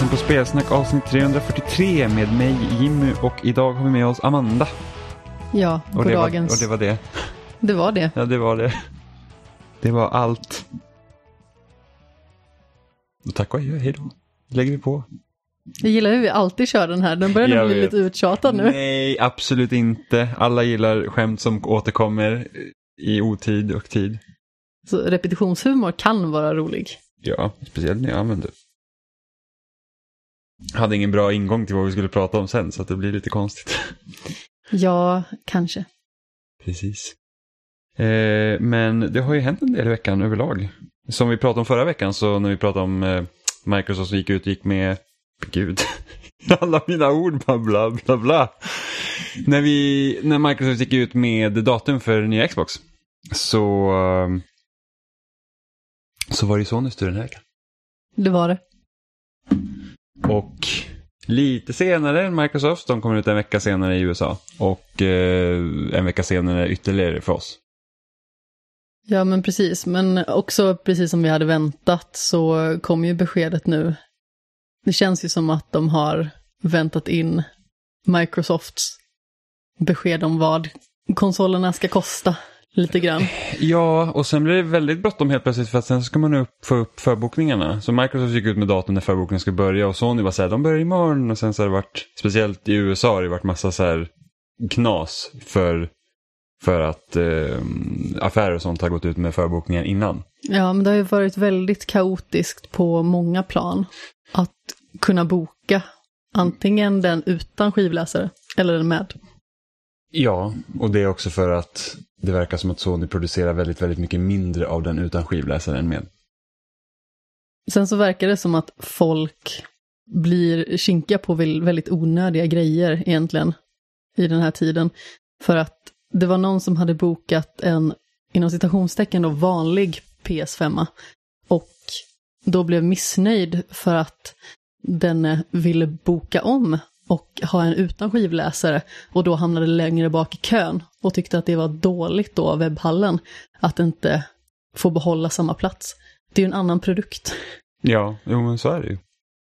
lyssnar på Spelsnack avsnitt 343 med mig, Jimmy, och idag har vi med oss Amanda. Ja, på dagens... Och det var det. Det var det. Ja, det var det. Det var allt. Och tack och adjö, hej då. Lägger vi på. Jag gillar hur vi alltid kör den här. Den börjar bli lite uttjatad nu. Nej, absolut inte. Alla gillar skämt som återkommer i otid och tid. Så repetitionshumor kan vara rolig. Ja, speciellt när jag använder. Hade ingen bra ingång till vad vi skulle prata om sen, så att det blir lite konstigt. Ja, kanske. Precis. Men det har ju hänt en del i veckan överlag. Som vi pratade om förra veckan, så när vi pratade om Microsoft som gick med... Gud, alla mina ord, bla bla bla. När Microsoft gick ut med datum för nya Xbox, så var det Sonys tur den här veckan. Det var det. Och lite senare än Microsoft, de kommer ut en vecka senare i USA. Och en vecka senare ytterligare för oss. Ja, men precis. Men också precis som vi hade väntat så kom ju beskedet nu. Det känns ju som att de har väntat in Microsofts besked om vad konsolerna ska kosta lite grann. Ja, och sen blir det väldigt bråttom helt plötsligt, för att sen ska man få upp förbokningarna. Så Microsoft gick ut med datum när förbokningen ska börja, och Sony var så här, de börjar imorgon. Och sen så har det varit, speciellt i USA har det varit massa så här knas för att affärer och sånt har gått ut med förbokningar innan. Ja, men det har ju varit väldigt kaotiskt på många plan att kunna boka antingen den utan skivläsare eller den med. Ja, och det är också för att det verkar som att Sony producerar väldigt, väldigt mycket mindre av den utan skivläsare än med. Sen så verkar det som att folk blir kinkiga på väldigt onödiga grejer egentligen i den här tiden. För att det var någon som hade bokat en, inom citationstecken då, vanlig PS5 och då blev missnöjd för att den ville boka om och ha en utan skivläsare, och då hamnade längre bak i kön och tyckte att det var dåligt då av webbhallen att inte få behålla samma plats. Det är ju en annan produkt. Ja, jo, men så är det ju.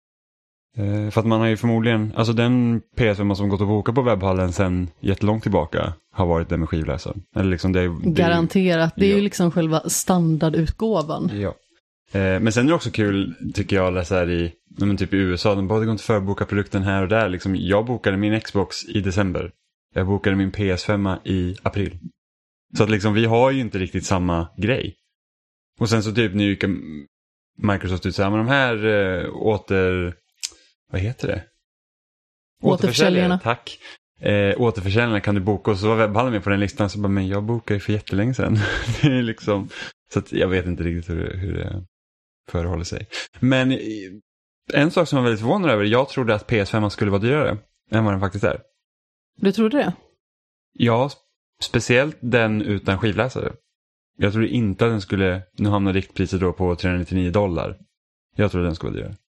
För att man har ju förmodligen, alltså den PS5 som gått att boka på webbhallen sen jättelångt tillbaka har varit den med skivläsaren. Eller liksom garanterat, det är ju liksom själva standardutgåvan. Ja. Men sen är det också kul, tycker jag, att läsa här i typ i USA. De både går inte förboka produkten här och där. Liksom, jag bokade min Xbox i december. Jag bokade min PS5 i april. Så att liksom, vi har ju inte riktigt samma grej. Och sen så typ nu gick Microsoft ut så här, men de här vad heter det? Återförsäljarna. Tack. Återförsäljarna kan du boka, och så var webbhallen med på den listan, så bara, men jag bokade för jättelänge sedan. Det är liksom, så att jag vet inte riktigt hur det förhåller sig. Men en sak som jag var väldigt förvånad över, jag trodde att PS5 skulle vara dyrare än vad den faktiskt är. Du trodde det? Ja, speciellt den utan skivläsare. Jag trodde inte att den skulle, nu hamnar riktpriset då på $399. Jag trodde den skulle vara dyrare.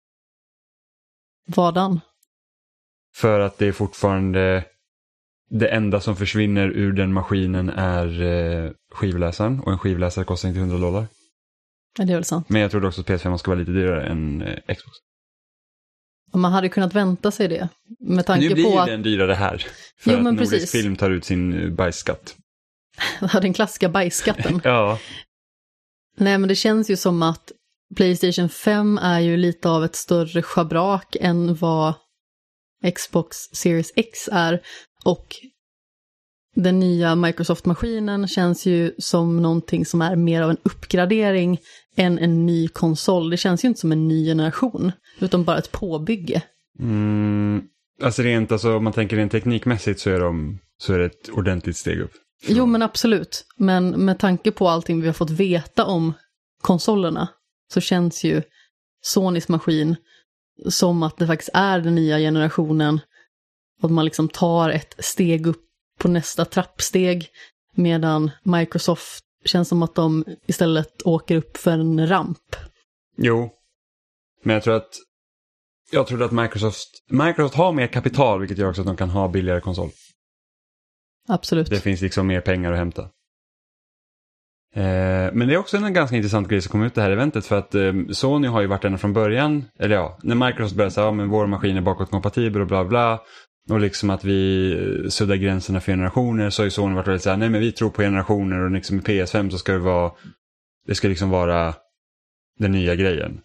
Vadan? För att det är fortfarande det enda som försvinner ur den maskinen är skivläsaren, och en skivläsare kostar inte $100. Ja, det är väl sant. Men jag trodde också att PS5 ska vara lite dyrare än Xbox. Och man hade kunnat vänta sig det. Med tanke nu blir på ju att... den dyrare här. För att Nordisk precis. Film tar ut sin bajsskatt. Den klassiska bajsskatten. Ja. Nej, men det känns ju som att PlayStation 5 är ju lite av ett större schabrak än vad Xbox Series X är. Och den nya Microsoft-maskinen känns ju som någonting som är mer av en uppgradering än en ny konsol. Det känns ju inte som en ny generation, utan bara ett påbygge. Alltså om man tänker rent teknikmässigt så är det ett ordentligt steg upp. Jo, men absolut. Men med tanke på allting vi har fått veta om konsolerna så känns ju Sonys maskin som att det faktiskt är den nya generationen. Och att man liksom tar ett steg upp på nästa trappsteg, medan Microsoft känns som att de istället åker upp för en ramp. Jo, men jag tror att Microsoft har mer kapital, vilket gör också att de kan ha billigare konsol. Absolut. Det finns liksom mer pengar att hämta. Men det är också en ganska intressant grej som kom ut det här eventet, för att Sony har ju varit ända från början, eller ja, när Microsoft började säga men vår maskin är bakåtkompatibel och bla bla, och liksom att vi suddar gränserna för generationer, så har ju Sony varit väldigt såhär, nej men vi tror på generationer, och liksom i PS5 så ska det ska liksom vara den nya grejen.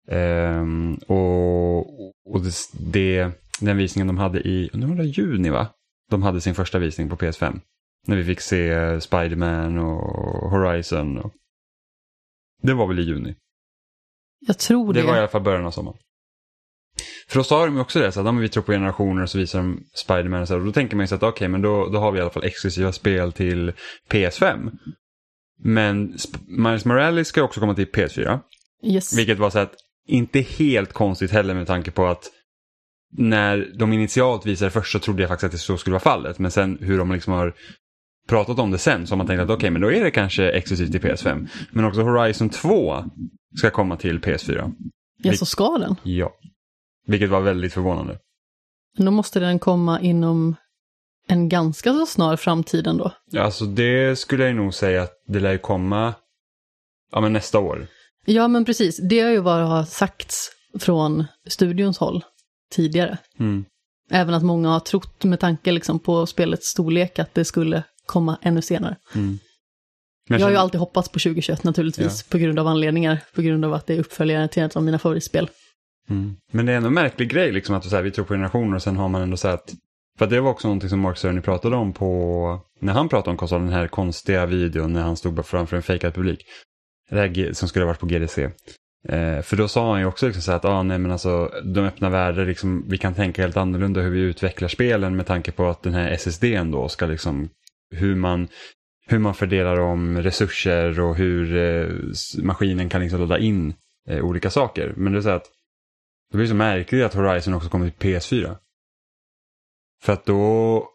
Och den visningen de hade i, undrar om det var juni va? De hade sin första visning på PS5. När vi fick se Spider-Man och Horizon. Det var väl i juni. Jag tror det. Det var i alla fall början av sommaren. För då sa de ju också det, så att vi tror på generationer, och så visar de Spider-Man och så. Och då tänker man ju så att okej, men då har vi i alla fall exklusiva spel till PS5. Men Miles Morales ska också komma till PS4. Yes. Vilket var så att inte helt konstigt heller, med tanke på att när de initialt visade först så trodde jag faktiskt att det så skulle vara fallet. Men sen hur de liksom har pratat om det sen, så har man tänkt att okej, men då är det kanske exklusivt till PS5. Men också Horizon 2 ska komma till PS4. Ja, så ska den? Ja. Vilket var väldigt förvånande. Men då måste den komma inom en ganska så snar framtid ändå. Ja, alltså det skulle jag nog säga att det lär komma men nästa år. Ja, men precis. Det har ju vad har sagts från studions håll tidigare. Mm. Även att många har trott med tanke liksom på spelets storlek att det skulle komma ännu senare. Mm. Jag har ju alltid hoppats på 2021 naturligtvis, på grund av anledningar. På grund av att det är uppföljare till ett av mina favoritspel. Mm. Men det är ändå en märklig grej liksom, att så här, vi tror på generationer, och sen har man ändå så att, för det var också någonting som Mark Cerny pratade om när han pratade om konsolen, den här konstiga videon när han stod framför en fejkad publik. Det här som skulle ha varit på GDC. För då sa han ju också liksom så att nej, men alltså, de öppna världar, liksom, vi kan tänka helt annorlunda hur vi utvecklar spelen, med tanke på att den här SSD:n då ska liksom, hur man fördelar om resurser och hur maskinen kan liksom ladda in olika saker. Men det är så att det blir så märkligt att Horizon också kommer till PS4. För att då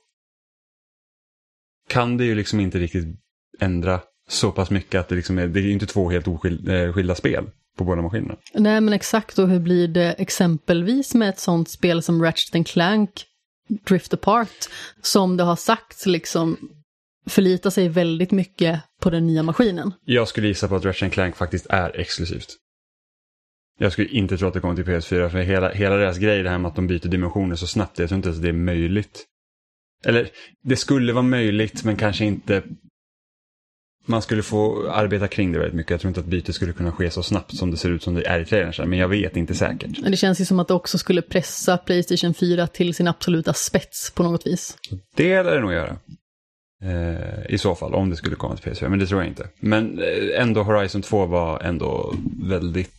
kan det ju liksom inte riktigt ändra så pass mycket att det liksom det är ju inte två helt skilda spel på båda maskinerna. Nej, men exakt. Och hur blir det exempelvis med ett sånt spel som Ratchet & Clank Drift Apart, som det har sagts liksom förlitar sig väldigt mycket på den nya maskinen? Jag skulle gissa på att Ratchet & Clank faktiskt är exklusivt. Jag skulle inte tro att det kommer till PS4, för hela deras grej, det här med att de byter dimensioner så snabbt, jag tror inte att det är möjligt. Eller, det skulle vara möjligt, men kanske inte. Man skulle få arbeta kring det väldigt mycket. Jag tror inte att bytet skulle kunna ske så snabbt som det ser ut som det är i trailern, men jag vet inte säkert. Det känns ju som att det också skulle pressa PlayStation 4 till sin absoluta spets på något vis. Det lär det nog göra. I så fall, om det skulle komma till PS4, men det tror jag inte. Men ändå, Horizon 2 var ändå väldigt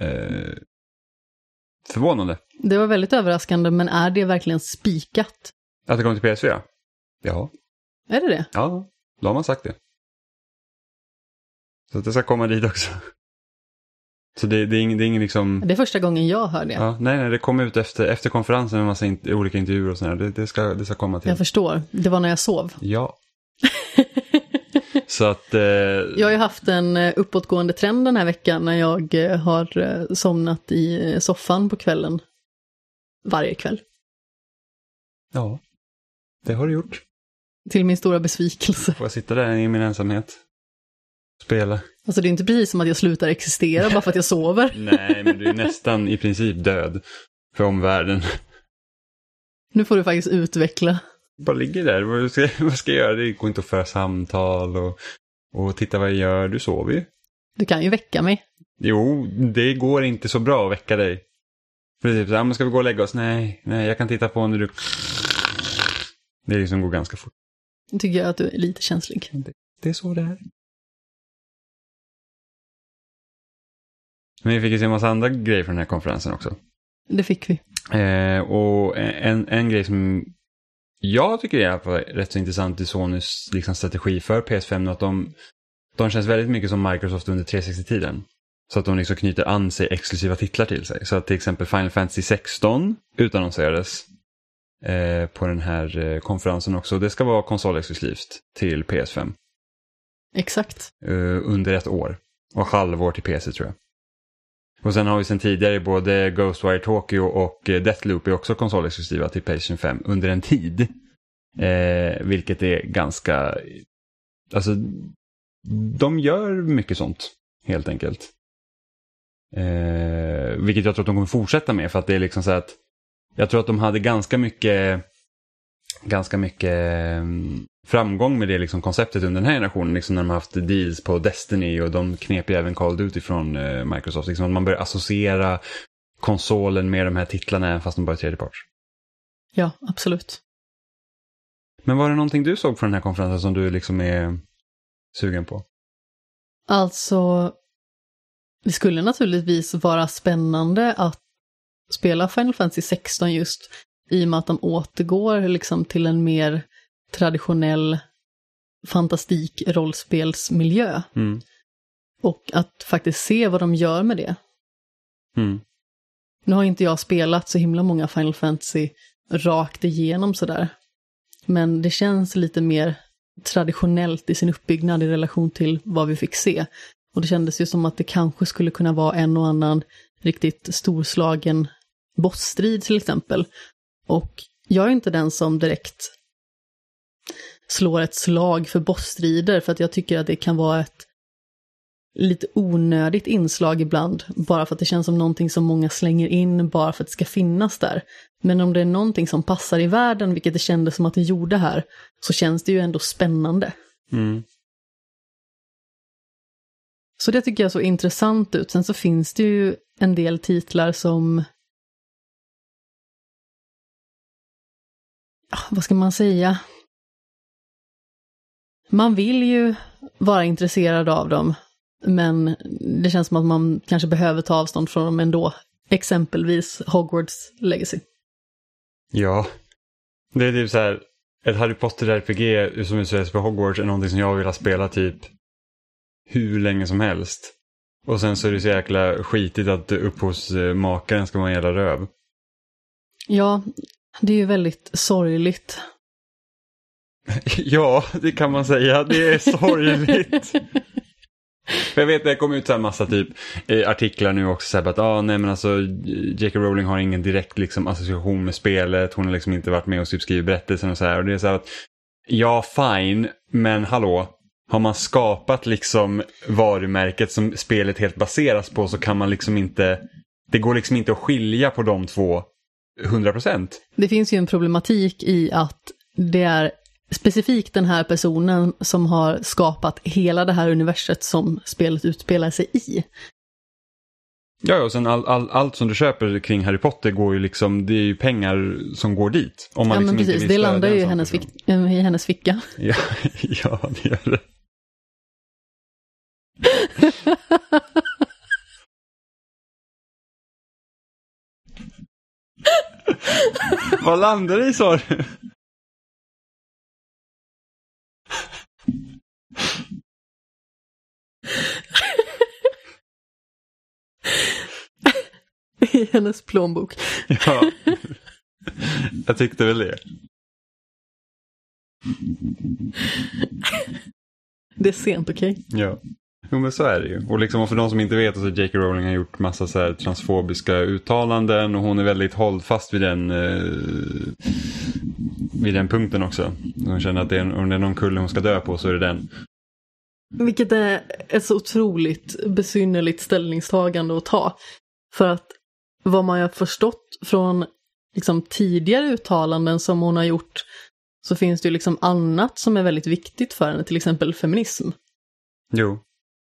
förvånande. Det var väldigt överraskande, men är det verkligen spikat? Att det kommer till PS4? Ja. Är det det? Ja, då har man sagt det. Så att det ska komma dit också. Så det är ingen liksom... Det är första gången jag hör det. Ja, nej, det kom ut efter konferensen med en massa olika intervjuer och sådär. Det ska komma till. Jag förstår. Det var när jag sov. Ja. Så att... Jag har ju haft en uppåtgående trend den här veckan när jag har somnat i soffan på kvällen. Varje kväll. Ja, det har du gjort. Till min stora besvikelse. Får jag sitta där i min ensamhet? Spela. Alltså det är inte precis som att jag slutar existera bara för att jag sover. Nej, men du är nästan i princip död för omvärlden. Nu får du faktiskt utveckla. Bara ligger där. Vad ska jag göra? Det går inte att föra samtal och titta vad jag gör. Du sover ju. Du kan ju väcka mig. Jo, det går inte så bra att väcka dig. För det är typ så här, men ska vi gå och lägga oss? Nej, jag kan titta på när du... Det liksom går ganska fort. Nu tycker jag att du är lite känslig. Det är så det är. Men vi fick ju se en massa andra grejer från den här konferensen också. Det fick vi. Och en grej som jag tycker är rätt så intressant i Sonys liksom strategi för PS5, att de känns väldigt mycket som Microsoft under 360-tiden. Så att de liksom knyter an sig exklusiva titlar till sig. Så att till exempel Final Fantasy 16 utannonserades på den här konferensen också. Det ska vara konsolexklusivt till PS5. Exakt. Under ett år. Och halvår till PC tror jag. Och sen har vi sen tidigare både Ghostwire Tokyo och Deathloop är också konsolexklusiva till PlayStation 5 under en tid. Vilket är ganska... Alltså, de gör mycket sånt, helt enkelt. Vilket jag tror att de kommer fortsätta med, för att det är liksom så att jag tror att de hade ganska mycket framgång med det liksom konceptet under den här generationen, liksom när de har haft deals på Destiny, och de knep ju även Call of Duty från Microsoft, liksom att man börjar associera konsolen med de här titlarna även fast de bara är tredjeparts. Ja, absolut. Men var det någonting du såg från den här konferensen som du liksom är sugen på? Alltså, det skulle naturligtvis vara spännande att spela Final Fantasy 16 just i och med att de återgår liksom till en mer traditionell fantastik rollspelsmiljö. Mm. Och att faktiskt se vad de gör med det. Mm. Nu har inte jag spelat så himla många Final Fantasy rakt igenom sådär. Men det känns lite mer traditionellt i sin uppbyggnad i relation till vad vi fick se. Och det kändes ju som att det kanske skulle kunna vara en och annan riktigt storslagen bossstrid till exempel. Och jag är inte den som direkt slår ett slag för bossstrider, för att jag tycker att det kan vara ett lite onödigt inslag ibland, bara för att det känns som någonting som många slänger in bara för att det ska finnas där. Men om det är någonting som passar i världen, vilket det kändes som att det gjorde här, så känns det ju ändå spännande. Mm. Så det tycker jag så intressant ut. Sen så finns det ju en del titlar som, vad ska man säga? Man vill ju vara intresserad av dem, men det känns som att man kanske behöver ta avstånd från dem ändå. Exempelvis Hogwarts Legacy. Ja, det är typ så här, ett Harry Potter-RPG som utsätts för Hogwarts är någonting som jag vill ha spela typ hur länge som helst. Och sen så är det så jäkla skitigt att upphovsmakaren ska vara en jävla röv. Ja, det är ju väldigt sorgligt. Ja, det kan man säga. Det är sorgligt. För jag vet att det kom ut så här massa typ artiklar nu också så här, att nej men alltså J.K. Rowling har ingen direkt liksom association med spelet. Hon har liksom inte varit med och typ skrivit berättelsen och så här. Och det är så här att ja, fine, men hallå, har man skapat liksom varumärket som spelet helt baseras på, så kan man liksom inte, det går liksom inte att skilja på de två 100%. Det finns ju en problematik i att det är specifikt den här personen som har skapat hela det här universet som spelet utspelar sig i. Ja, och sen allt som du köper kring Harry Potter går ju liksom, det är ju pengar som går dit. Om man ja, liksom men precis, inte det landar ju i hennes ficka. Ja, ja, det gör det. Vad landar det i, sa du? I hennes plånbok. Ja, jag tyckte väl det. Det är sent, okej? Ja, jo, men så är det ju. Och liksom, för de som inte vet, så J.K. Rowling har gjort massa så här transfobiska uttalanden, och hon är väldigt hållfast vid den punkten också. Hon känner att om det är någon kulle hon ska dö på, så är det den. Vilket är ett så otroligt besynnerligt ställningstagande att ta. För att vad man har förstått från liksom tidigare uttalanden som hon har gjort, så finns det ju liksom annat som är väldigt viktigt för henne, till exempel feminism. Jo.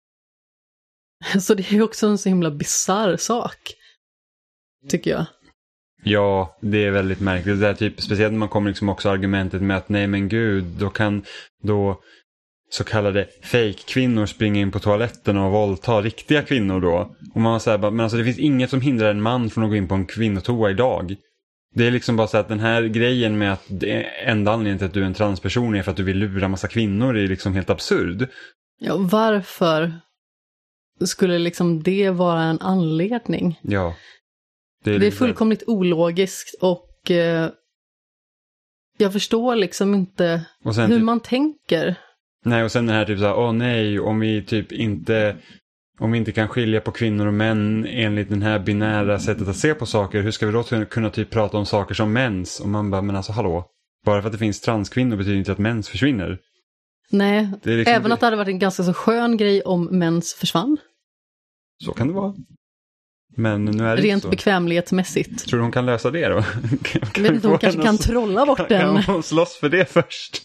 Så det är också en så himla bizarr sak, tycker jag. Ja, det är väldigt märkligt. Det är typ, speciellt när man kommer liksom också argumentet med att nej men gud, då kan så kallade fake-kvinnor springa in på toaletten och våldta riktiga kvinnor då. Och man säger bara, men alltså det finns inget som hindrar en man från att gå in på en kvinnotoa idag. Det är liksom bara så att den här grejen med att det enda anledningen till att du är en transperson är för att du vill lura massa kvinnor är liksom helt absurd. Ja, varför skulle liksom det vara en anledning? Ja. Det är fullkomligt ologiskt, och jag förstår liksom inte hur man tänker. Nej, och sen den här typ såhär, nej, om vi inte kan skilja på kvinnor och män enligt den här binära sättet att se på saker, hur ska vi då kunna typ prata om saker som mäns? Och man bara, men alltså hallå, bara för att det finns transkvinnor betyder inte att mäns försvinner. Nej, Det är liksom även att det hade varit en ganska så skön grej om mens försvann. Så kan det vara. Men nu är det Rent inte så. bekvämlighetsmässigt. Tror du hon kan lösa det då? Jag vet inte, hon kanske kan trolla bort den. Kan hon slåss för det först?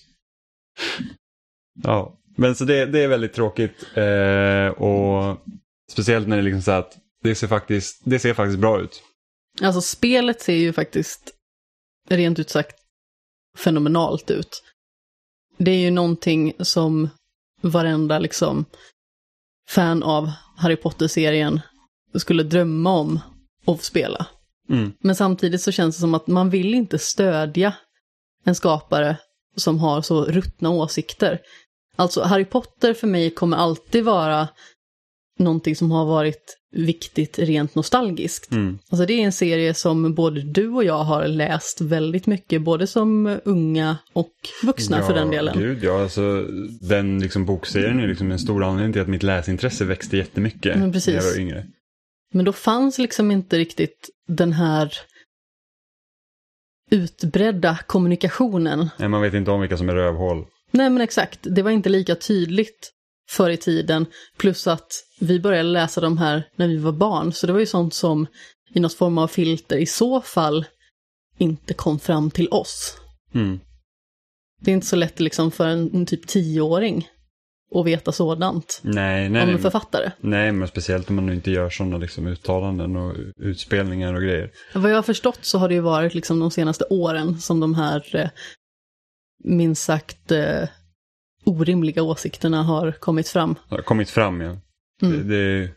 Ja, men så det är väldigt tråkigt. Och speciellt när det är liksom så att det ser faktiskt bra ut. Alltså spelet ser ju faktiskt rent ut sagt fenomenalt ut. Det är ju någonting som varenda liksom fan av Harry Potter-serien skulle drömma om att spela. Mm. Men samtidigt så känns det som att man vill inte stödja en skapare som har så ruttna åsikter. Alltså Harry Potter för mig kommer alltid vara någonting som har varit viktigt rent nostalgiskt. Mm. Alltså det är en serie som både du och jag har läst väldigt mycket, både som unga och vuxna för den delen. Gud, ja, alltså den liksom bokserien är liksom en stor anledning till att mitt läsintresse växte jättemycket Men precis. när jag var yngre. Men då fanns liksom inte riktigt den här utbredda kommunikationen. Nej, man vet inte om vilka som är rövhål. Nej men exakt, det var inte lika tydligt förr i tiden. Plus att vi började läsa de här när vi var barn. Så det var ju sånt som i något form av filter i så fall inte kom fram till oss. Mm. Det är inte så lätt liksom för en typ 10-åring att veta sådant. Nej, Om en författare. Nej, men speciellt om man nu inte gör sådana liksom uttalanden och utspelningar och grejer. Vad jag har förstått så har det ju varit liksom de senaste åren som de här minst sagt orimliga åsikterna har kommit fram. Har kommit fram, ja. Mm.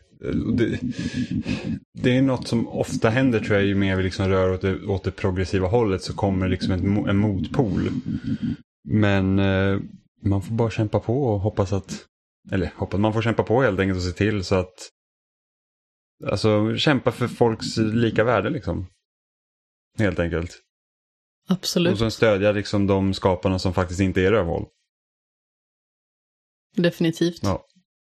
Det är något som ofta händer, tror jag, ju mer vi liksom rör åt det progressiva hållet så kommer liksom en motpol. Men man får bara kämpa på och hoppas att man får kämpa på helt enkelt och se till så att alltså kämpa för folks lika värde liksom. Helt enkelt. Absolut. Och sen stödja liksom de skaparna som faktiskt inte är rövhål. Definitivt. Ja.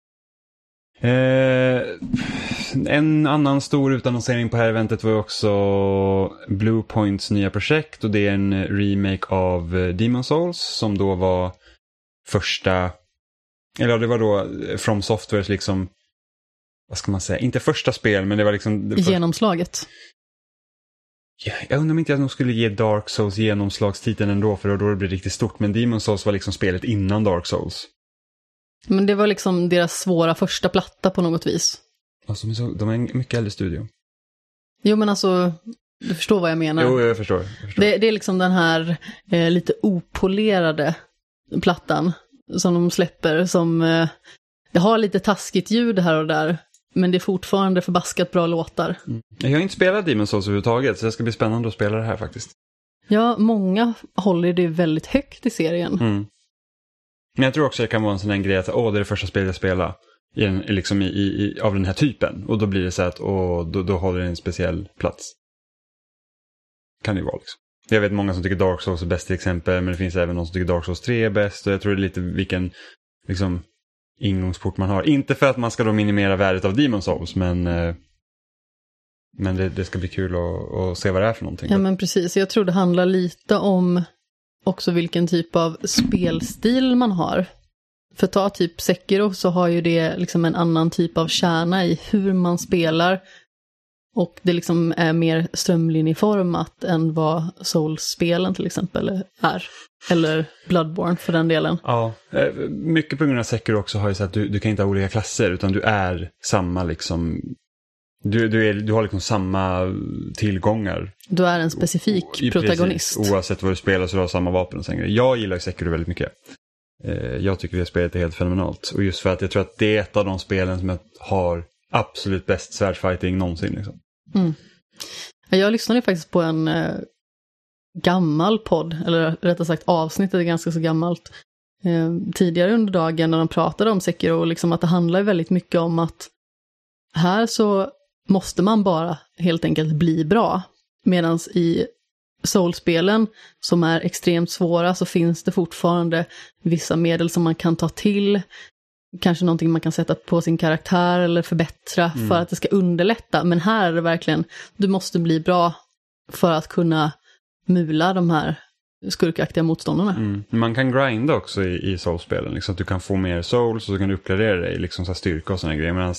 En annan stor utannonsering på här eventet var också Bluepoints nya projekt, och det är en remake av Demon's Souls som då var första, eller det var då From Softwares liksom, vad ska man säga, inte första spel, men det var liksom genomslaget. Ja, jag undrar om inte jag nog skulle ge Dark Souls genomslagstiteln ändå, för då det blir riktigt stort, men Demon's Souls var liksom spelet innan Dark Souls. Men det var liksom deras svåra första platta på något vis. Alltså, de är en mycket äldre studio. Jo, men alltså, du förstår vad jag menar. Jo, jag förstår. Det är liksom den här lite opolerade plattan som de släpper, som det har lite taskigt ljud här och där, men det är fortfarande förbaskat bra låtar. Mm. Jag har inte spelat Demon's Souls överhuvudtaget, så det ska bli spännande att spela det här faktiskt. Ja, många håller det väldigt högt i serien. Mm. Men jag tror också det kan vara en sån här grej att det är det första spelet jag spelar liksom av den här typen. Och då blir det så att då håller det en speciell plats. Kan det ju vara liksom. Jag vet många som tycker Dark Souls är bäst till exempel, men det finns även någon som tycker Dark Souls 3 är bäst. Och jag tror det är lite vilken liksom ingångsport man har. Inte för att man ska då minimera värdet av Demon's Souls, men det ska bli kul att se vad det är för någonting. Ja, men precis. Jag tror det handlar lite om också vilken typ av spelstil man har. För att ta typ Sekiro så har ju det liksom en annan typ av kärna i hur man spelar. Och det liksom är mer strömlinjeformat än vad Souls-spelen till exempel är. Eller Bloodborne för den delen. Ja, mycket på grund av Sekiro också har ju så att du kan inte ha olika klasser, utan du är samma liksom. Du har liksom samma tillgångar. Du är en specifik protagonist. Precis, oavsett vad du spelar så du har samma vapen och sånt. Jag gillar Sekiro väldigt mycket. Jag tycker det spelet är helt fenomenalt. Och just för att jag tror att det är ett av de spelen som har absolut bäst svärdsfighting någonsin. Liksom. Mm. Jag lyssnade faktiskt på en gammal podd, eller rättare sagt avsnittet är ganska så gammalt. Tidigare under dagen när de pratade om Sekiro, liksom att det handlar väldigt mycket om att här så måste man bara helt enkelt bli bra. Medan i Soulspelen som är extremt svåra så finns det fortfarande vissa medel som man kan ta till. Kanske någonting man kan sätta på sin karaktär eller förbättra för att det ska underlätta. Men här är det verkligen, du måste bli bra för att kunna mula de här skurkaktiga motståndarna. Man kan grinda också i Souls-spelen, liksom att du kan få mer souls och så kan du uppgradera dig, liksom så här styrka och sådana grejer. Medan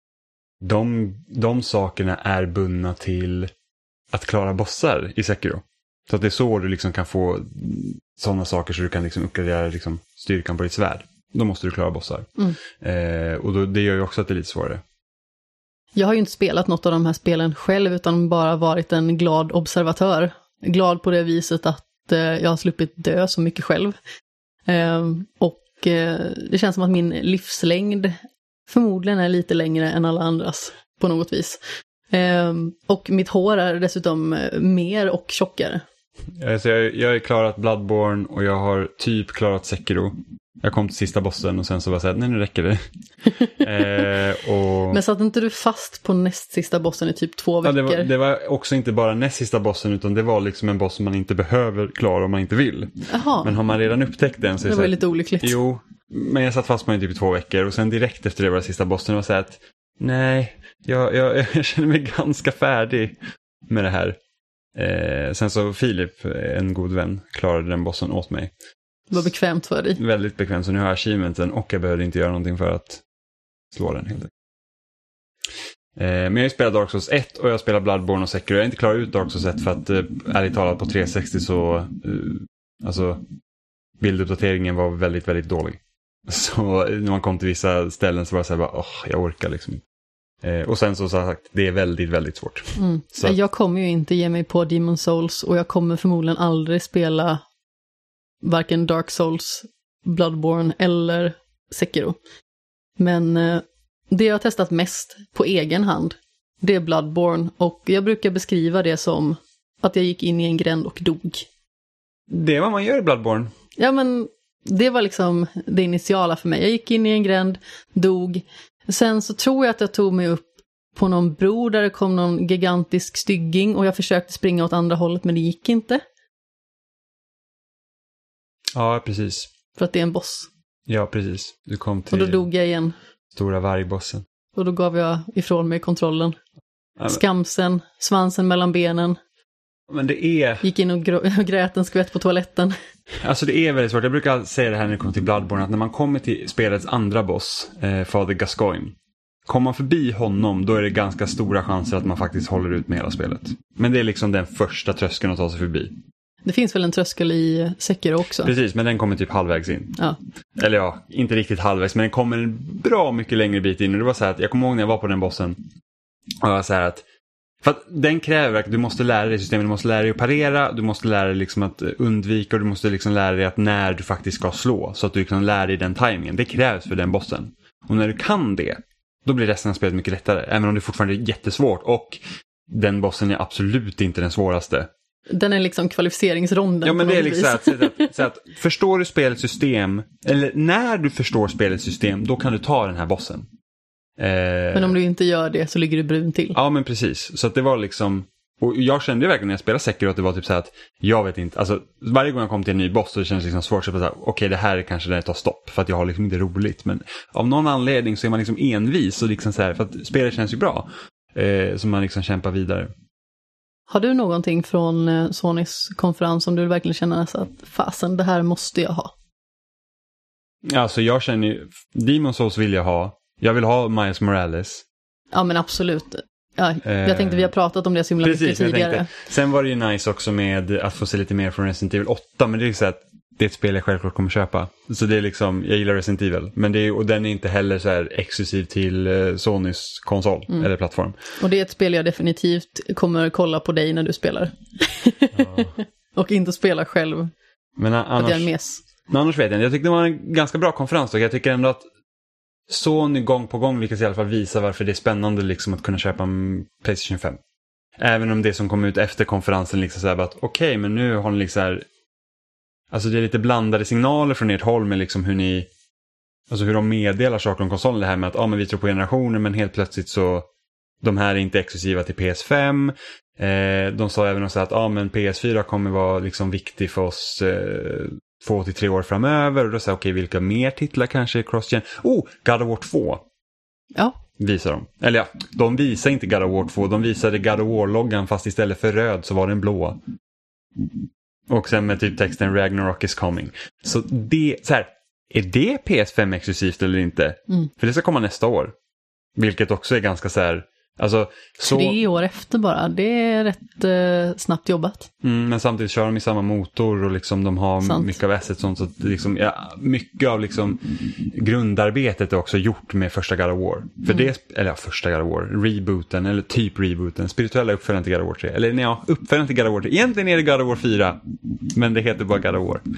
de sakerna är bundna till att klara bossar i Sekiro. Så att det är så du liksom kan få sådana saker så du kan liksom uppgradera liksom styrkan på ditt svärd. Då måste du klara bossar. Och det gör ju också att det är lite svårare. Jag har ju inte spelat något av de här spelen själv utan bara varit en glad observatör. Glad på det viset att jag har sluppit dö så mycket själv. Och det känns som att min livslängd förmodligen är lite längre än alla andras på något vis. Och mitt hår är dessutom mer och tjockare. Alltså jag har klarat Bloodborne och jag har typ klarat Sekiro. Jag kom till sista bossen och sen så var jag såhär, nej nu räcker det. Men satt inte du fast på näst sista bossen i typ 2 veckor? Ja, det var också inte bara näst sista bossen utan det var liksom en boss som man inte behöver klara om man inte vill. Aha. Men har man redan upptäckt den så är det var ju lite olyckligt. Jo, men jag satt fast på den typ 2 veckor och sen direkt efter det var sista bossen och var såhär att nej, jag känner mig ganska färdig med det här. Sen så Filip, en god vän, klarade den bossen åt mig. Det var bekvämt för dig. Väldigt bekvämt, så nu har jag achievementen och jag behövde inte göra någonting för att slå den helt enkelt. Men jag har ju spelat Dark Souls 1 och jag har spelat Bloodborne och Sekiro. Jag har inte klarat ut Dark Souls 1 för att ärligt talat på 360 så alltså bilduppdateringen var väldigt, väldigt dålig. Så när man kom till vissa ställen så var det så här jag orkar liksom inte. Och sen så sagt, det är väldigt, väldigt svårt. Så. Jag kommer ju inte ge mig på Demon Souls och jag kommer förmodligen aldrig spela varken Dark Souls, Bloodborne eller Sekiro. Men det jag har testat mest på egen hand, det är Bloodborne och jag brukar beskriva det som att jag gick in i en gränd och dog. Det är vad man gör i Bloodborne. Ja, men det var liksom det initiala för mig. Jag gick in i en gränd, dog. Sen så tror jag att jag tog mig upp på någon bro där det kom någon gigantisk stygging och jag försökte springa åt andra hållet men det gick inte. Ja, precis. För att det är en boss. Ja, precis. Du kom till... Och då dog jag igen. Stora vargbossen. Och då gav jag ifrån mig kontrollen. Skamsen, svansen mellan benen. Men det är... Gick in och grät en skvätt på toaletten. Alltså det är väldigt svårt. Jag brukar säga det här när det kommer till Bloodborne. Att när man kommer till spelets andra boss, Father Gascoigne. Kommer man förbi honom, då är det ganska stora chanser att man faktiskt håller ut med hela spelet. Men det är liksom den första tröskeln att ta sig förbi. Det finns väl en tröskel i Sekiro också? Precis, men den kommer typ halvvägs in. Ja. Eller ja, inte riktigt halvvägs, men den kommer en bra mycket längre bit in. Och det var så här att, jag kommer ihåg när jag var på den bossen. Och jag var så här att, för att den kräver att du måste lära dig systemet, du måste lära dig att parera, du måste lära dig liksom att undvika och du måste liksom lära dig att när du faktiskt ska slå. Så att du kan lära dig den timingen. Det krävs för den bossen. Och när du kan det, då blir resten av spelet mycket lättare. Även om det fortfarande är jättesvårt. Och den bossen är absolut inte den svåraste. Den är liksom kvalificeringsronden. Ja, men det är liksom så att förstår du spelets system, eller när du förstår spelets system, då kan du ta den här bossen. Men om du inte gör det så ligger du brun till. Ja, men precis. Så att det var liksom, och jag kände ju verkligen när jag spelade Sekiro att det var typ så här att jag vet inte, alltså varje gång jag kom till en ny boss så det känns liksom svårt så att okej, det här är kanske där det tar stopp för att jag har liksom inte roligt, men av någon anledning så är man liksom envis och liksom så här, för att spelet känns ju bra, så man liksom kämpar vidare. Har du någonting från Sonys konferens som du verkligen känner att fasen, det här måste jag ha? Alltså jag känner ju, Demon Souls vill jag ha. Jag vill ha Miles Morales. Ja, men absolut. Ja, jag tänkte vi har pratat om det så himla mycket tidigare. Sen var det ju nice också med att få se lite mer från Resident Evil 8. Men det är ju så att det är ett spel jag självklart kommer köpa. Så det är liksom, jag gillar Resident Evil. Men det är, och den är inte heller så här exklusiv till Sonys konsol eller plattform. Och det är ett spel jag definitivt kommer kolla på dig när du spelar. Ja. Och inte spela själv. Men annars, att jag är mes. Annars vet jag inte. Jag tyckte det var en ganska bra konferens. Och jag tycker ändå att Sony gång på gång lyckas i alla fall visa varför det är spännande liksom att kunna köpa en PlayStation 5. Även om det som kom ut efter konferensen liksom så här att okej, men nu har ni liksom här, alltså det är lite blandade signaler från ert håll med liksom hur ni, alltså hur de meddelar saker om konsolen, det här med att men vi tror på generationer, men helt plötsligt så de här är inte exklusiva till PS5. De sa även så att men PS4 kommer vara liksom viktig för oss 2 till 3 år framöver, och då sa okej, vilka mer titlar kanske är cross-gen? God of War 2. Ja. Visar de. Eller ja, de visar inte God of War 2, de visade God of War-loggan fast istället för röd så var den blå. Och sen med typ texten Ragnarok is coming. Så det, så här, är det PS5 exklusivt eller inte? För det ska komma nästa år. Vilket också är ganska så här, alltså, 3 år efter bara, det är rätt snabbt jobbat. Men samtidigt kör de i samma motor och liksom de har mycket av assets sånt, så att liksom, ja, mycket av liksom grundarbetet är också gjort med första God of War. För det, eller ja, första God of War, rebooten eller typ rebooten, spirituella uppföljaren till God of War 3. Eller ja, uppföljaren till God of War 3. Egentligen är det God of War 4, men det heter bara God of War.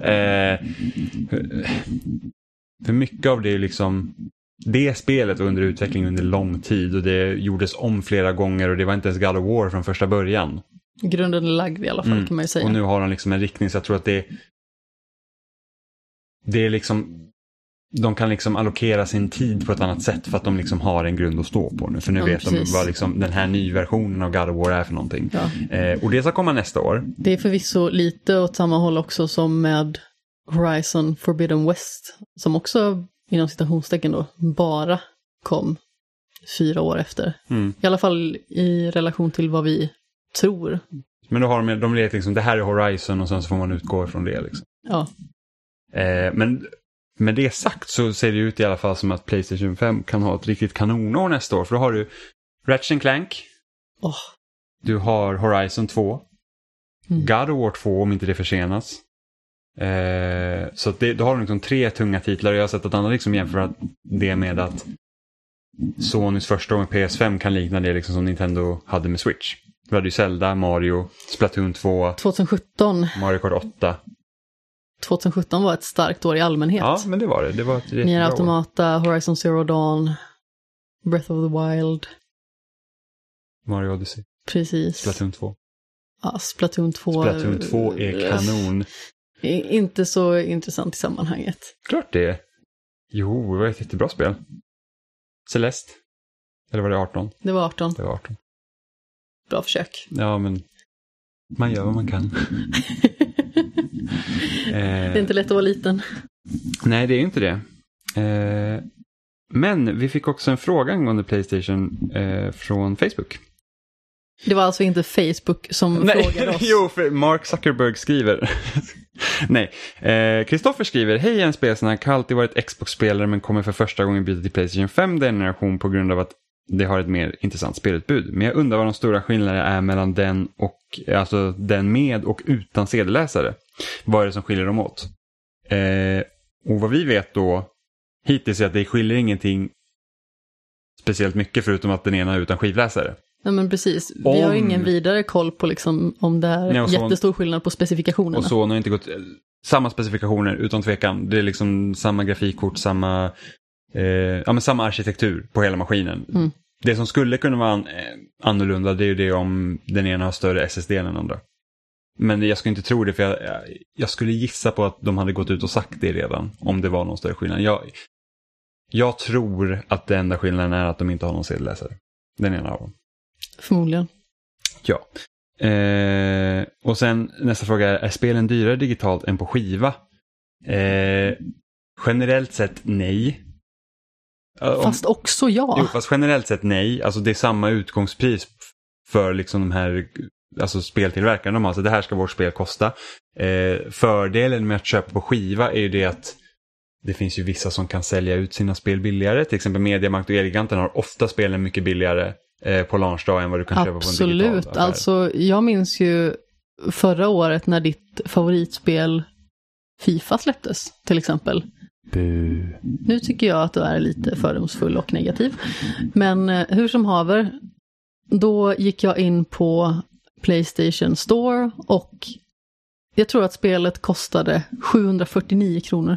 För mycket av det är liksom, det spelet var under utveckling under lång tid och det gjordes om flera gånger och det var inte ens God of War från första början. Grunden är lagd i alla fall, kan man ju säga. Och nu har de liksom en riktning, så jag tror att det är liksom, de kan liksom allokera sin tid på ett annat sätt för att de liksom har en grund att stå på nu. För nu vet de vad liksom den här nya versionen av God of War är för någonting. Ja. Och det ska komma nästa år. Det är förvisso lite åt samma håll också som med Horizon Forbidden West, som också inom citationstecken då bara kom 4 år efter. I alla fall i relation till vad vi tror. Men då har de vet liksom, det här är Horizon och sen så får man utgå ifrån det liksom. Ja. Men med det sagt så ser det ut i alla fall som att PlayStation 5 kan ha ett riktigt kanonår nästa år. För då har du Ratchet & Clank. Du har Horizon 2. God of War 2 om inte det försenas. Så att då har de liksom 3 tunga titlar och jag har sett att andra liksom jämför det med att Sonys första år med PS5 kan likna det liksom som Nintendo hade med Switch. Vi hade ju Zelda, Mario, Splatoon 2, 2017. Mario Kart 8. 2017 var ett starkt år i allmänhet. Ja, men det var det. Det var ett Nier Automata, Horizon Zero Dawn, Breath of the Wild. Mario Odyssey. Precis. Splatoon 2. Ja, Splatoon 2. Splatoon 2 är kanon. Inte så intressant i sammanhanget. Klart det är. Jo, det var ett jättebra spel. Celeste. Eller var det 18? Det var 18. Det var 18. Bra försök. Ja, men man gör vad man kan. Det är inte lätt att vara liten. Nej, det är inte det. Men vi fick också en fråga angående PlayStation från Facebook. Det var alltså inte Facebook som frågade oss. Jo, för Mark Zuckerberg skriver. Nej, Kristoffer skriver: hej, en spelsnack, har alltid varit Xbox-spelare men kommer för första gången byta till PlayStation 5 den generation på grund av att det har ett mer intressant spelutbud. Men jag undrar vad de stora skillnaderna är mellan den och, alltså den med och utan CD-läsare. Vad är det som skiljer dem åt? Och vad vi vet då hittills är att det skiljer ingenting speciellt mycket förutom att den ena är utan skivläsare. Ja, men precis. Vi har ingen vidare koll på liksom, om det är jättestor skillnad på specifikationerna. Och så har inte gått samma specifikationer utan tvekan. Det är liksom samma grafikkort, samma samma arkitektur på hela maskinen. Det som skulle kunna vara annorlunda, det är ju det om den ena har större SSD än den andra. Men jag skulle inte tro det, för jag skulle gissa på att de hade gått ut och sagt det redan om det var någon större skillnad. Jag tror att det enda skillnaden är att de inte har någon CD-läsare. Den ena av dem. Förmodligen. Ja. Och sen nästa fråga är spelen dyrare digitalt än på skiva? Generellt sett nej. Fast också ja. Jo, fast generellt sett nej. Alltså det är samma utgångspris för liksom de här, alltså speltillverkarna. Alltså det här ska vårt spel kosta. Fördelen med att köpa på skiva är ju det att det finns ju vissa som kan sälja ut sina spel billigare. Till exempel Mediamarkt och Elgiganten har ofta spelen mycket billigare på launchdag än vad du kan köpa på en digital affär. Absolut. Alltså jag minns ju förra året när ditt favoritspel FIFA släpptes till exempel. Nu tycker jag att du är lite fördomsfull och negativ. Men hur som haver, då gick jag in på PlayStation Store och jag tror att spelet kostade 749 kronor.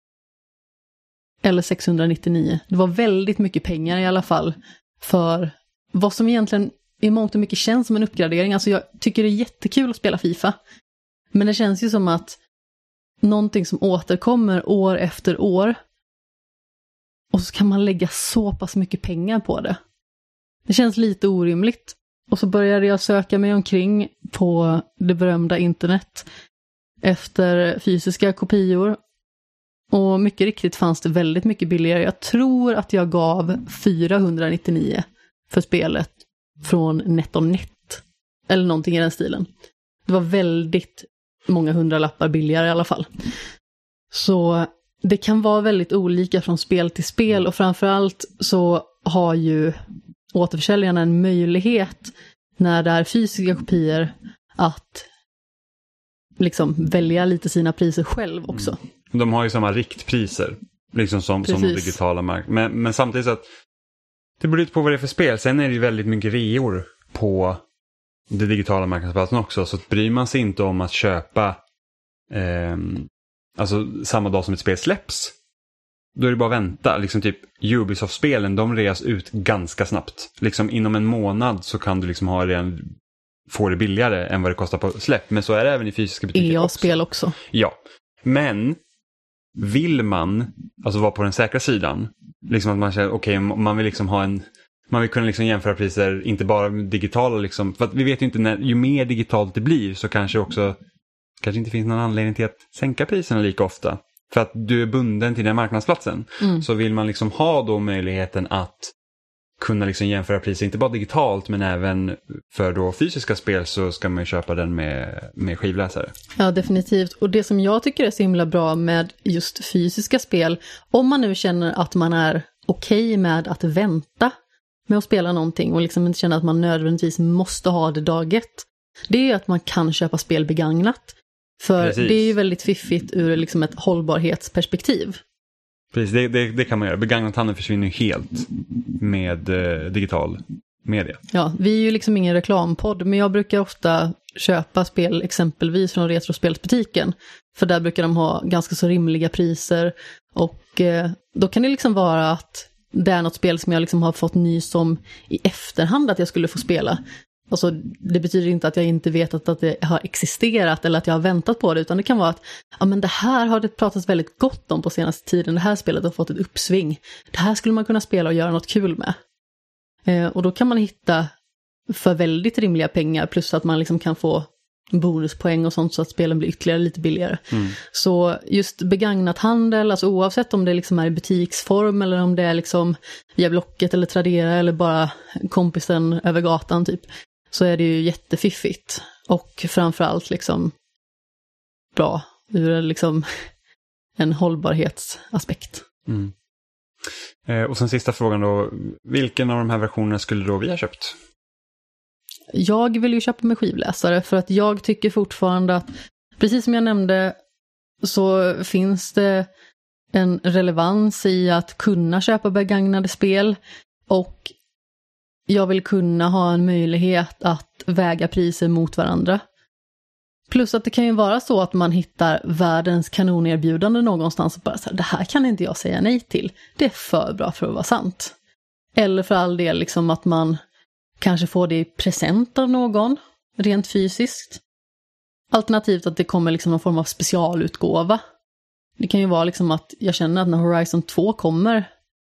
Eller 699. Det var väldigt mycket pengar i alla fall för vad som egentligen i mångt och mycket känns som en uppgradering. Alltså jag tycker det är jättekul att spela FIFA. Men det känns ju som att någonting som återkommer år efter år och så kan man lägga så pass mycket pengar på det. Det känns lite orimligt. Och så började jag söka mig omkring på det berömda internet efter fysiska kopior. Och mycket riktigt fanns det väldigt mycket billigare. Jag tror att jag gav 499 för spelet från NetOnNet. Eller någonting i den stilen. Det var väldigt många hundralappar billigare i alla fall. Så det kan vara väldigt olika från spel till spel och framförallt så har ju återförsäljarna en möjlighet när det är fysiska kopior att liksom välja lite sina priser själv också. De har ju samma riktpriser liksom som de digitala marknaden. Men samtidigt så att det beror ut på vad det är för spel. Sen är det ju väldigt mycket reor på det digitala marknadsplatsen också. Så bryr man sig inte om att köpa alltså samma dag som ett spel släpps, då är det bara att vänta. Liksom typ Ubisoft-spelen, de reas ut ganska snabbt. Liksom inom en månad så kan du liksom få det billigare än vad det kostar på släpp. Men så är det även i fysiska butiker EA-spel också. Ja, men vill man alltså vara på den säkra sidan, liksom att man känner okej, man vill liksom man vill kunna liksom jämföra priser, inte bara digitala liksom, för att vi vet ju inte ju mer digitalt det blir så kanske inte finns någon anledning till att sänka priserna lika ofta. För att du är bunden till den marknadsplatsen. Så vill man liksom ha då möjligheten att kunna liksom jämföra priser, inte bara digitalt men även för då fysiska spel, så ska man ju köpa den med skivläsare. Ja, definitivt. Och det som jag tycker är så himla bra med just fysiska spel, om man nu känner att man är okej med att vänta med att spela någonting och liksom inte känner att man nödvändigtvis måste ha det dag ett, det är ju att man kan köpa spel begagnat. För Precis. Det är ju väldigt fiffigt ur liksom ett hållbarhetsperspektiv. Precis, det kan man göra. Begagnat handel försvinner helt med digital media. Ja, vi är ju liksom ingen reklampodd, men jag brukar ofta köpa spel exempelvis från Retrospelsbutiken. För där brukar de ha ganska så rimliga priser. Och då kan det liksom vara att det är något spel som jag liksom har fått nys om i efterhand att jag skulle få spela. Alltså, det betyder inte att jag inte vet att det har existerat eller att jag har väntat på det, utan det kan vara att ja, men det här har det pratats väldigt gott om på senaste tiden. Det här spelet har fått ett uppsving. Det här skulle man kunna spela och göra något kul med. Och då kan man hitta för väldigt rimliga pengar, plus att man liksom kan få bonuspoäng och sånt så att spelen blir ytterligare lite billigare. Så just begagnat handel, alltså oavsett om det liksom är i butiksform eller om det är liksom via Blocket eller Tradera eller bara kompisen över gatan typ, så är det ju jättefiffigt och framförallt liksom bra ur liksom en hållbarhetsaspekt. Och sen sista frågan då, vilken av de här versionerna skulle då vi ha köpt? Jag vill ju köpa med skivläsare för att jag tycker fortfarande att, precis som jag nämnde, så finns det en relevans i att kunna köpa begagnade spel och jag vill kunna ha en möjlighet att väga priser mot varandra. Plus att det kan ju vara så att man hittar världens kanonerbjudande någonstans och bara så här, det här kan inte jag säga nej till. Det är för bra för att vara sant. Eller för all del liksom att man kanske får det i present av någon, rent fysiskt. Alternativt att det kommer liksom någon form av specialutgåva. Det kan ju vara liksom att jag känner att när Horizon 2 kommer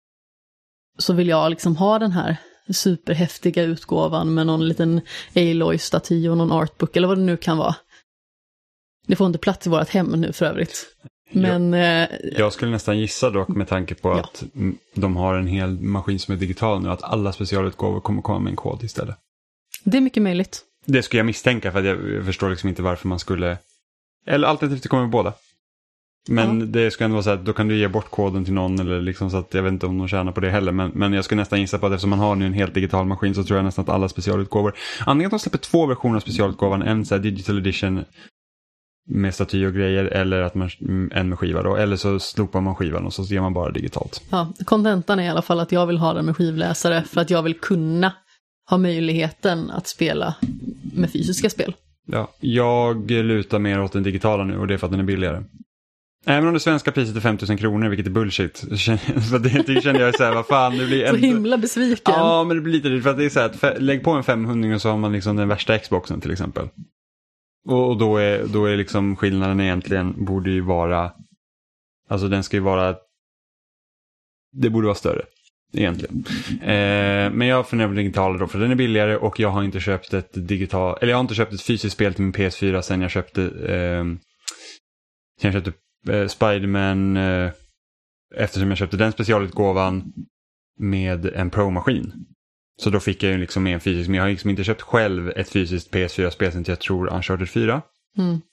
så vill jag liksom ha den här superhäftiga utgåvan med någon liten Aloy-staty och någon artbook eller vad det nu kan vara. Det får inte plats i vårt hem nu för övrigt. Men, jag skulle nästan gissa dock med tanke på att de har en hel maskin som är digital nu, att alla specialutgåvor kommer komma med en kod istället. Det är mycket möjligt. Det skulle jag misstänka, för att jag förstår liksom inte varför man skulle... Eller alternativt det kommer med båda. Men det skulle ändå vara så att då kan du ge bort koden till någon eller liksom, så att jag vet inte om de tjänar på det heller. Men jag skulle nästan gissa på att eftersom man har nu en helt digital maskin så tror jag nästan att alla specialutgåvor... Antingen att de släpper 2 versioner av specialutgåvan, en så här digital edition med staty och grejer, eller att man en med skiva då, eller så slopar man skivan och så ger man bara digitalt. Ja, kontentan är i alla fall att jag vill ha den med skivläsare för att jag vill kunna ha möjligheten att spela med fysiska spel. Ja, jag lutar mer åt den digitala nu och det är för att den är billigare. Även om det svenska priset är 5 000 kronor, vilket är bullshit. För det känner jag så här, vad fan, det blir så himla besviken. Ja, men det blir lite, för att det är så här, att lägg på en 500 och så har man liksom den värsta Xboxen till exempel. Och då är liksom skillnaden egentligen borde ju vara, alltså den ska ju vara, det borde vara större egentligen. Men jag funderar på digitala då, för den är billigare och jag har inte köpt ett jag har inte köpt ett fysiskt spel till min PS4 sen jag köpte Spider-Man, eftersom jag köpte den specialutgåvan med en Pro-maskin. Så då fick jag ju liksom med en fysisk, men jag har liksom inte köpt själv ett fysiskt PS4-spel sen jag tror Uncharted 4.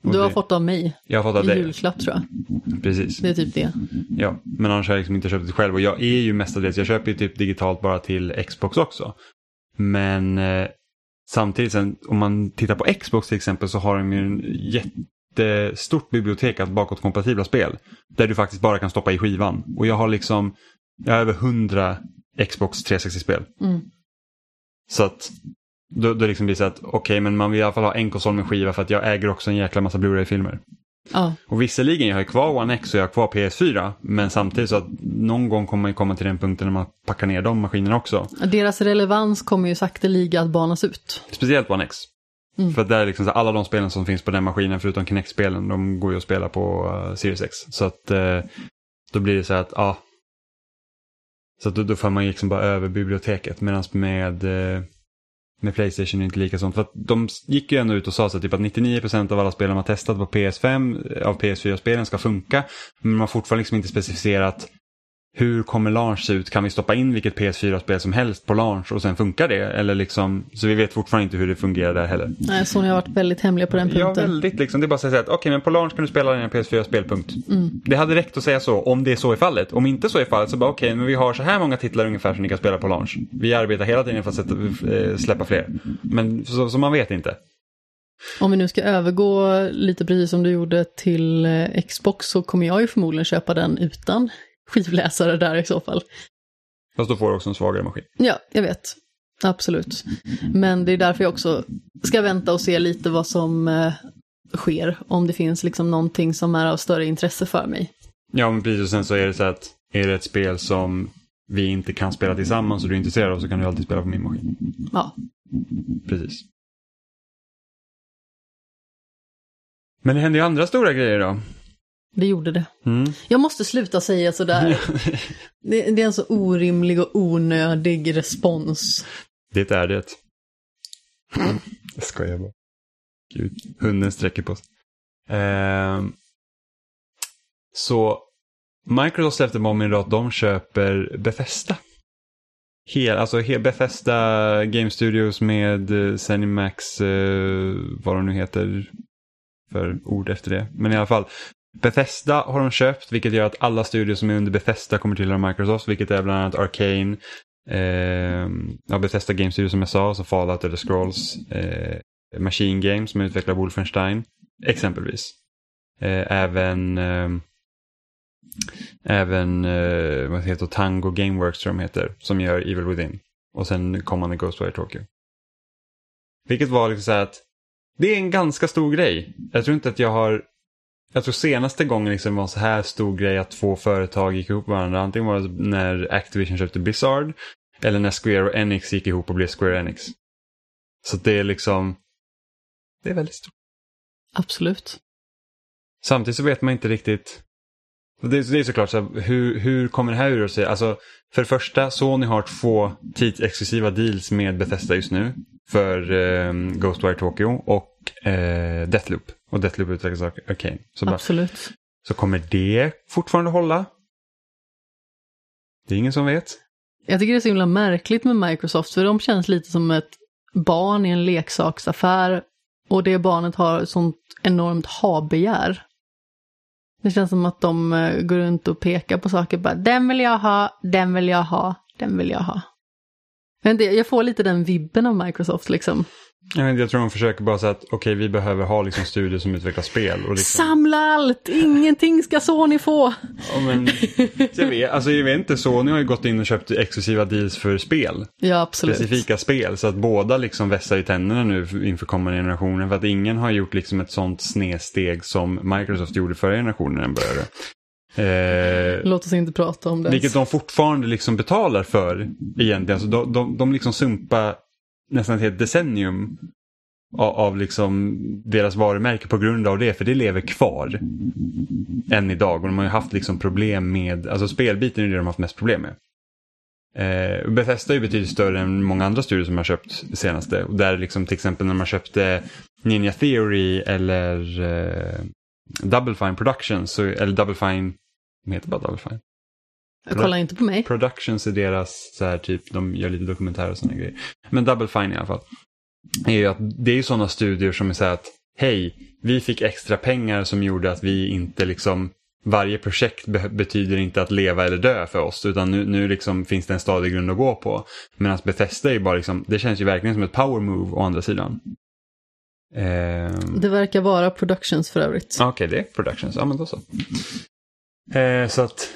Du har fått av mig. Jag har fått av dig. Julklapp tror jag. Precis. Det är typ det. Ja, men annars har jag liksom inte köpt det själv. Och jag är ju mestadels, jag köper ju typ digitalt bara till Xbox också. Men samtidigt sen, om man tittar på Xbox till exempel, så har de ju en jättestort bibliotek av bakåtkompatibla spel. Där du faktiskt bara kan stoppa i skivan. Och jag har över 100 Xbox 360-spel. Så att då liksom blir det så att okej, men man vill i alla fall ha en konsol med skiva, för att jag äger också en jäkla massa Blu-ray-filmer. Ja. Och visserligen, jag har kvar One X och jag har kvar PS4, men samtidigt så att någon gång kommer man komma till den punkten när man packar ner de maskinerna också. Deras relevans kommer ju sakteliga att banas ut. Speciellt One X. För att där är liksom så alla de spelen som finns på den maskinen, förutom Kinect-spelen, de går ju att spela på Series X. Så att då blir det så att så att då får man liksom bara över biblioteket, medan med PlayStation är inte lika sånt. För att de gick ju ändå ut och sa så typ att 99% av alla spel man har testat på PS5 av PS4-spelen ska funka. Men man har fortfarande liksom inte specificerat hur kommer launch se ut. Kan vi stoppa in vilket PS4-spel som helst på launch och sen funkar det? Eller liksom, så vi vet fortfarande inte hur det fungerar där heller. Nej, Sony har varit väldigt hemliga på den punkten. Ja, väldigt liksom. Det är bara att säga att okej, men på launch kan du spela dina PS4-spel, punkt. Det hade räckt att säga så, om det är så är fallet. Om inte så är fallet, så bara okej, men vi har så här många titlar ungefär som ni kan spela på launch. Vi arbetar hela tiden för att släppa fler. Men så man vet inte. Om vi nu ska övergå lite precis som du gjorde till Xbox, så kommer jag ju förmodligen köpa den utan skivläsare där i så fall. Fast då får du också en svagare maskin. Ja, jag vet. Absolut. Men det är därför jag också ska vänta och se lite vad som sker. Om det finns liksom någonting som är av större intresse för mig. Ja, men precis. Och sen så är det så att är det ett spel som vi inte kan spela tillsammans och du är intresserad av, så kan du alltid spela på min maskin. Ja. Precis. Men det händer ju andra stora grejer då. Det gjorde det. Jag måste sluta säga sådär. Det är en så orimlig och onödig respons. Det är det. Jag skojar bara. Gud, hunden sträcker på sig. Så Microsoft släppte bomben att de köper Bethesda. Bethesda Game Studios med ZeniMax, vad de nu heter för ord efter det. Men i alla fall, Bethesda har de köpt, vilket gör att alla studios som är under Bethesda kommer tillhöra Microsoft, vilket är bland annat Arcane, Bethesda Game Studios som jag sa, så Fallout eller Scrolls, Machine Games som utvecklar Wolfenstein, exempelvis. Även vad heter Tango Gameworks som de heter, som gör Evil Within. Och sen kommande Ghostwire Tokyo. Vilket var liksom så här att det är en ganska stor grej. Jag tror senaste gången liksom var en så här stor grej att två företag gick ihop varandra. Antingen var det när Activision köpte Blizzard, eller när Square och Enix gick ihop och blev Square Enix. Så det är liksom, det är väldigt stort. Absolut. Samtidigt så vet man inte riktigt. Det är såklart så här, hur kommer det här ur sig? Alltså, för det första, Sony har 2 tidsexklusiva deals med Bethesda just nu. För Ghostwire Tokyo och Deathloop. Och Deathloop utvecklas av Arcane. Absolut. Så kommer det fortfarande hålla? Det är ingen som vet. Jag tycker det är så himla märkligt med Microsoft. För de känns lite som ett barn i en leksaksaffär. Och det barnet har sånt enormt habegär. Det känns som att de går runt och pekar på saker. Bara, den vill jag ha, den vill jag ha, den vill jag ha. Jag får lite den vibben av Microsoft liksom. Jag tror de försöker bara säga att okej, vi behöver ha liksom studier som utvecklar spel. Och liksom... Samla allt! Ingenting ska Sony få! Ja, men jag vet inte, Sony har ju gått in och köpt exklusiva deals för spel. Ja, absolut. Specifika spel, så att båda liksom vässar i tänderna nu inför kommande generationen. För att ingen har gjort liksom ett sånt snedsteg som Microsoft gjorde förra generationen när den började. Låt oss inte prata om det. Vilket de fortfarande liksom betalar för egentligen. Alltså de liksom sumpar nästan ett helt decennium av liksom deras varumärke på grund av det, för det lever kvar än idag. Och de har ju haft liksom problem med, alltså spelbiten är det de har haft mest problem med. Bethesda är ju betydligt större än många andra studier som har köpt det senaste. Och där liksom till exempel när man köpte Ninja Theory eller Double Fine Productions, eller Double Fine, de heter bara Double Fine. Kolla inte på mig. Productions är deras så här typ, de gör lite dokumentärer och sådana grejer. Men Double Fine i alla fall är ju att det är ju sådana studier som är så här att hej, vi fick extra pengar som gjorde att vi inte liksom, varje projekt betyder inte att leva eller dö för oss, utan nu liksom finns det en stadig grund att gå på. Medan Bethesda är ju bara liksom, det känns ju verkligen som ett power move å andra sidan. Det verkar vara Productions för övrigt. Okej, det är Productions, ja men då så. Så att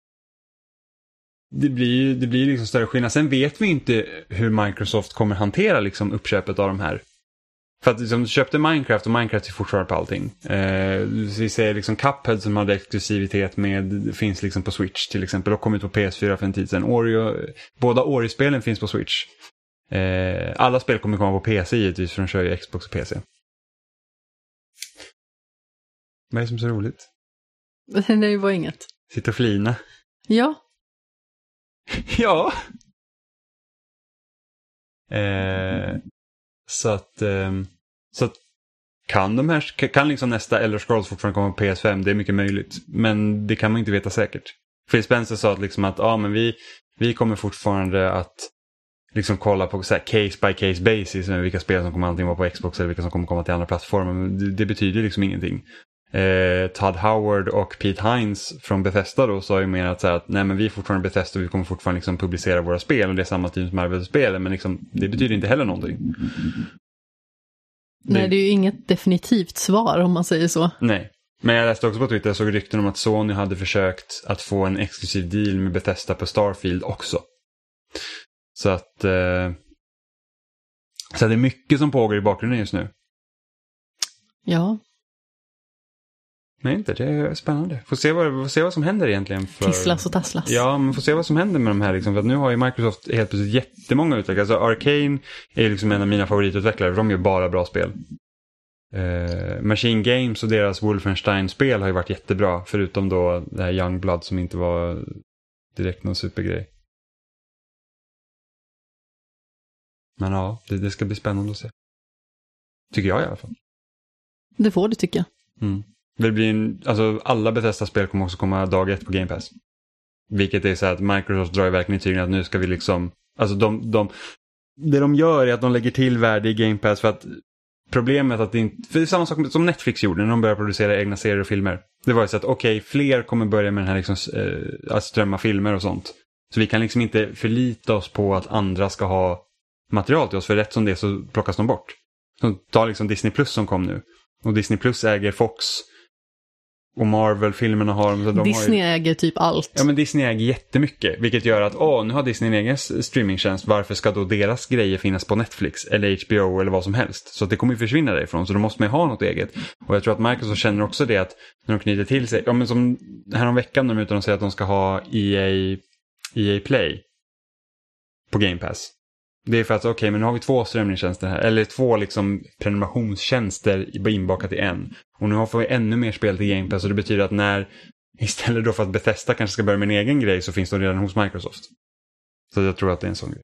det blir liksom större skillnad. Sen vet vi inte hur Microsoft kommer hantera liksom uppköpet av de här. För att liksom, köpte Minecraft och Minecraft är fortfarande på allting. Vi ser liksom Cuphead som hade exklusivitet finns liksom på Switch till exempel och kom ut på PS4 för en tid sedan. Båda Ori-spelen finns på Switch. Alla spel kommer komma på PC givetvis, för de kör ju Xbox och PC. Vad är det som är så roligt? Det var inget. Sitta och flina. Ja. Ja. Så att kan liksom nästa Elder Scrolls fortfarande komma på PS5, det är mycket möjligt, men det kan man inte veta säkert. Phil Spencer sa liksom att men vi kommer fortfarande att liksom kolla på så här case by case basis med vilka spel som kommer antingen vara på Xbox eller vilka som kommer komma till andra plattformar, men det betyder liksom ingenting. Todd Howard och Pete Hines från Bethesda då sa ju mer att, så här, att nej, men vi är fortfarande Bethesda och vi kommer fortfarande liksom publicera våra spel och det är samma team som arbetar spelen, men liksom, det betyder inte heller någonting. Nej, det är ju inget definitivt svar om man säger så. Nej, men jag läste också på Twitter, jag såg rykten om att Sony hade försökt att få en exklusiv deal med Bethesda på Starfield också. Så att så det är mycket som pågår i bakgrunden just nu. Ja. Nej, inte. Det är spännande. Får se vad som händer egentligen. Tisslas och tasslas. Ja, men får se vad som händer med de här. Liksom, för att nu har ju Microsoft helt plötsligt jättemånga utvecklare. Alltså Arcane är liksom en av mina favoritutvecklare. De gör bara bra spel. Machine Games och deras Wolfenstein-spel har ju varit jättebra. Förutom då det här Youngblood som inte var direkt någon supergrej. Men ja, det ska bli spännande att se. Tycker jag i alla fall. Det får du tycka. Mm. Det blir alltså alla Bethesda-spel kommer också komma dag 1 på Game Pass. Vilket är så att Microsoft drar verkligen i tygen att nu ska vi liksom, alltså det de gör är att de lägger till värde i Game Pass, för att problemet att det inte, för det är samma sak som Netflix gjorde när de började producera egna serier och filmer. Det var ju så att okej, fler kommer börja med den här liksom, att strömma filmer och sånt. Så vi kan liksom inte förlita oss på att andra ska ha material till oss, för rätt som det så plockas de bort. Så ta liksom Disney Plus som kom nu. Och Disney Plus äger Fox. Och Marvel-filmerna har de. Disney äger typ allt. Ja, men Disney äger jättemycket. Vilket gör att nu har Disney en egen streamingtjänst. Varför ska då deras grejer finnas på Netflix eller HBO eller vad som helst? Så det kommer ju försvinna därifrån. Så då måste man ju ha något eget. Och jag tror att Microsoft känner också det, att när de knyter till sig. Ja, men som här om veckan när de säger att de ska ha EA Play på Game Pass. Det är för att men nu har vi 2 streamingtjänster här. Eller 2 liksom prenumerationstjänster inbakat i en. Och nu får vi ännu mer spel till Game Pass. Och det betyder att när, istället då för att Bethesda kanske ska börja med en egen grej, så finns de redan hos Microsoft. Så jag tror att det är en sån grej.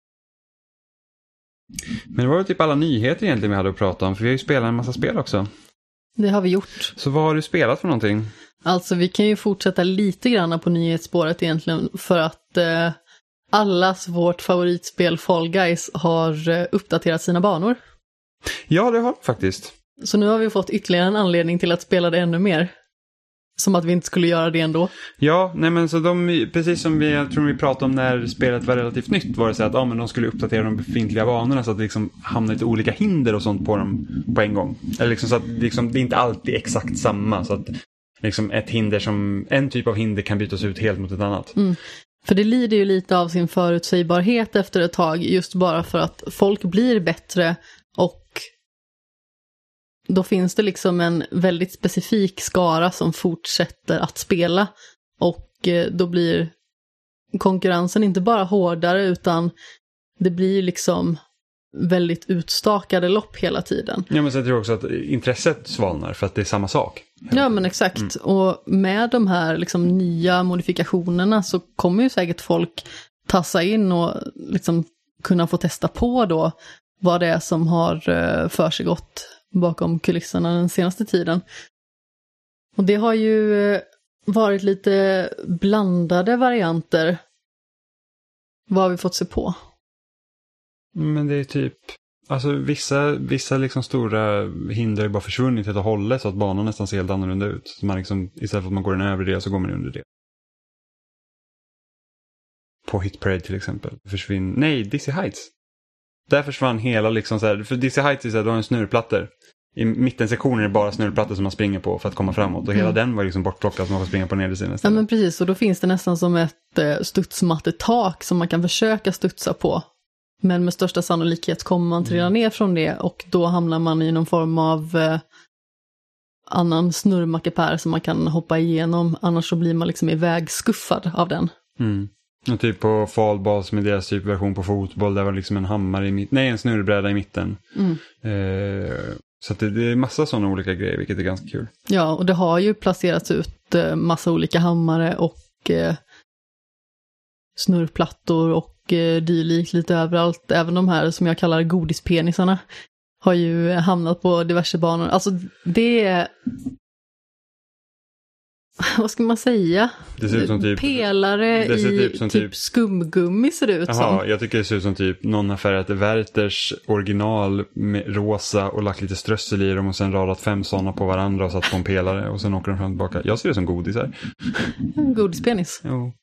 Men det var ju typ alla nyheter egentligen vi hade att prata om. För vi har ju spelat en massa spel också. Det har vi gjort. Så vad har du spelat för någonting? Alltså vi kan ju fortsätta lite grann på nyhetsspåret egentligen. För att allas vårt favoritspel Fall Guys har uppdaterat sina banor. Ja, det har faktiskt. Så nu har vi fått ytterligare en anledning till att spela det ännu mer. Som att vi inte skulle göra det ändå. Ja, nej men så precis som jag tror vi pratade om när spelet var relativt nytt, var det så att men de skulle uppdatera de befintliga banorna så att det liksom hamnar lite olika hinder och sånt på dem på en gång. Eller liksom så att liksom, det är inte alltid exakt samma, så att liksom en typ av hinder kan bytas ut helt mot ett annat. Mm. För det lider ju lite av sin förutsägbarhet efter ett tag, just bara för att folk blir bättre och då finns det liksom en väldigt specifik skara som fortsätter att spela, och då blir konkurrensen inte bara hårdare utan det blir liksom väldigt utstakade lopp hela tiden. Ja, men så jag tror också att intresset svalnar för att det är samma sak. Ja, men exakt. Och med de här liksom nya modifikationerna så kommer ju säkert folk tassa in och liksom kunna få testa på då vad det är som har försiggått bakom kulisserna den senaste tiden. Och det har ju varit lite blandade varianter. Vad har vi fått se på? Men det är typ Alltså vissa liksom stora hinder är bara försvunnit helt och hållet så att banan nästan ser helt annorlunda ut. Så man liksom, istället för att man går en övre del så går man under det. På Hit Parade till exempel. Nej, Dizzy Heights. Där försvann hela liksom så här, för Dizzy Heights är så här, då har en snurrplattor. I mittensektionen är det bara snurrplattor som man springer på för att komma framåt. Och hela den var liksom bortplockad så man får springa på nedersidan istället. Ja men precis, och då finns det nästan som ett studsmattetak som man kan försöka studsa på. Men med största sannolikhet kommer man trilla ner från det och då hamnar man i någon form av annan snurrmackepär som man kan hoppa igenom. Annars så blir man liksom ivägskuffad av den. Mm. Och typ på fallball som är deras typ version på fotboll, där var liksom en hammare i mitten, nej en snurrbräda i mitten. Så att det är massa sådana olika grejer, vilket är ganska kul. Ja, och det har ju placerats ut massa olika hammare och snurrplattor och dylikt lite överallt. Även de här som jag kallar godispenisarna har ju hamnat på diverse banor. Alltså det är... Vad ska man säga? Det ser ut som typ... Pelare i typ skumgummi ser det ut som. Jag tycker det ser ut som typ någon har färgat Werthers original med rosa och lagt lite strössel i dem och sen radat 5 sådana på varandra och satt på en pelare och sen åker de fram och tillbaka. Jag ser det som godisar. Godispenis. Jo.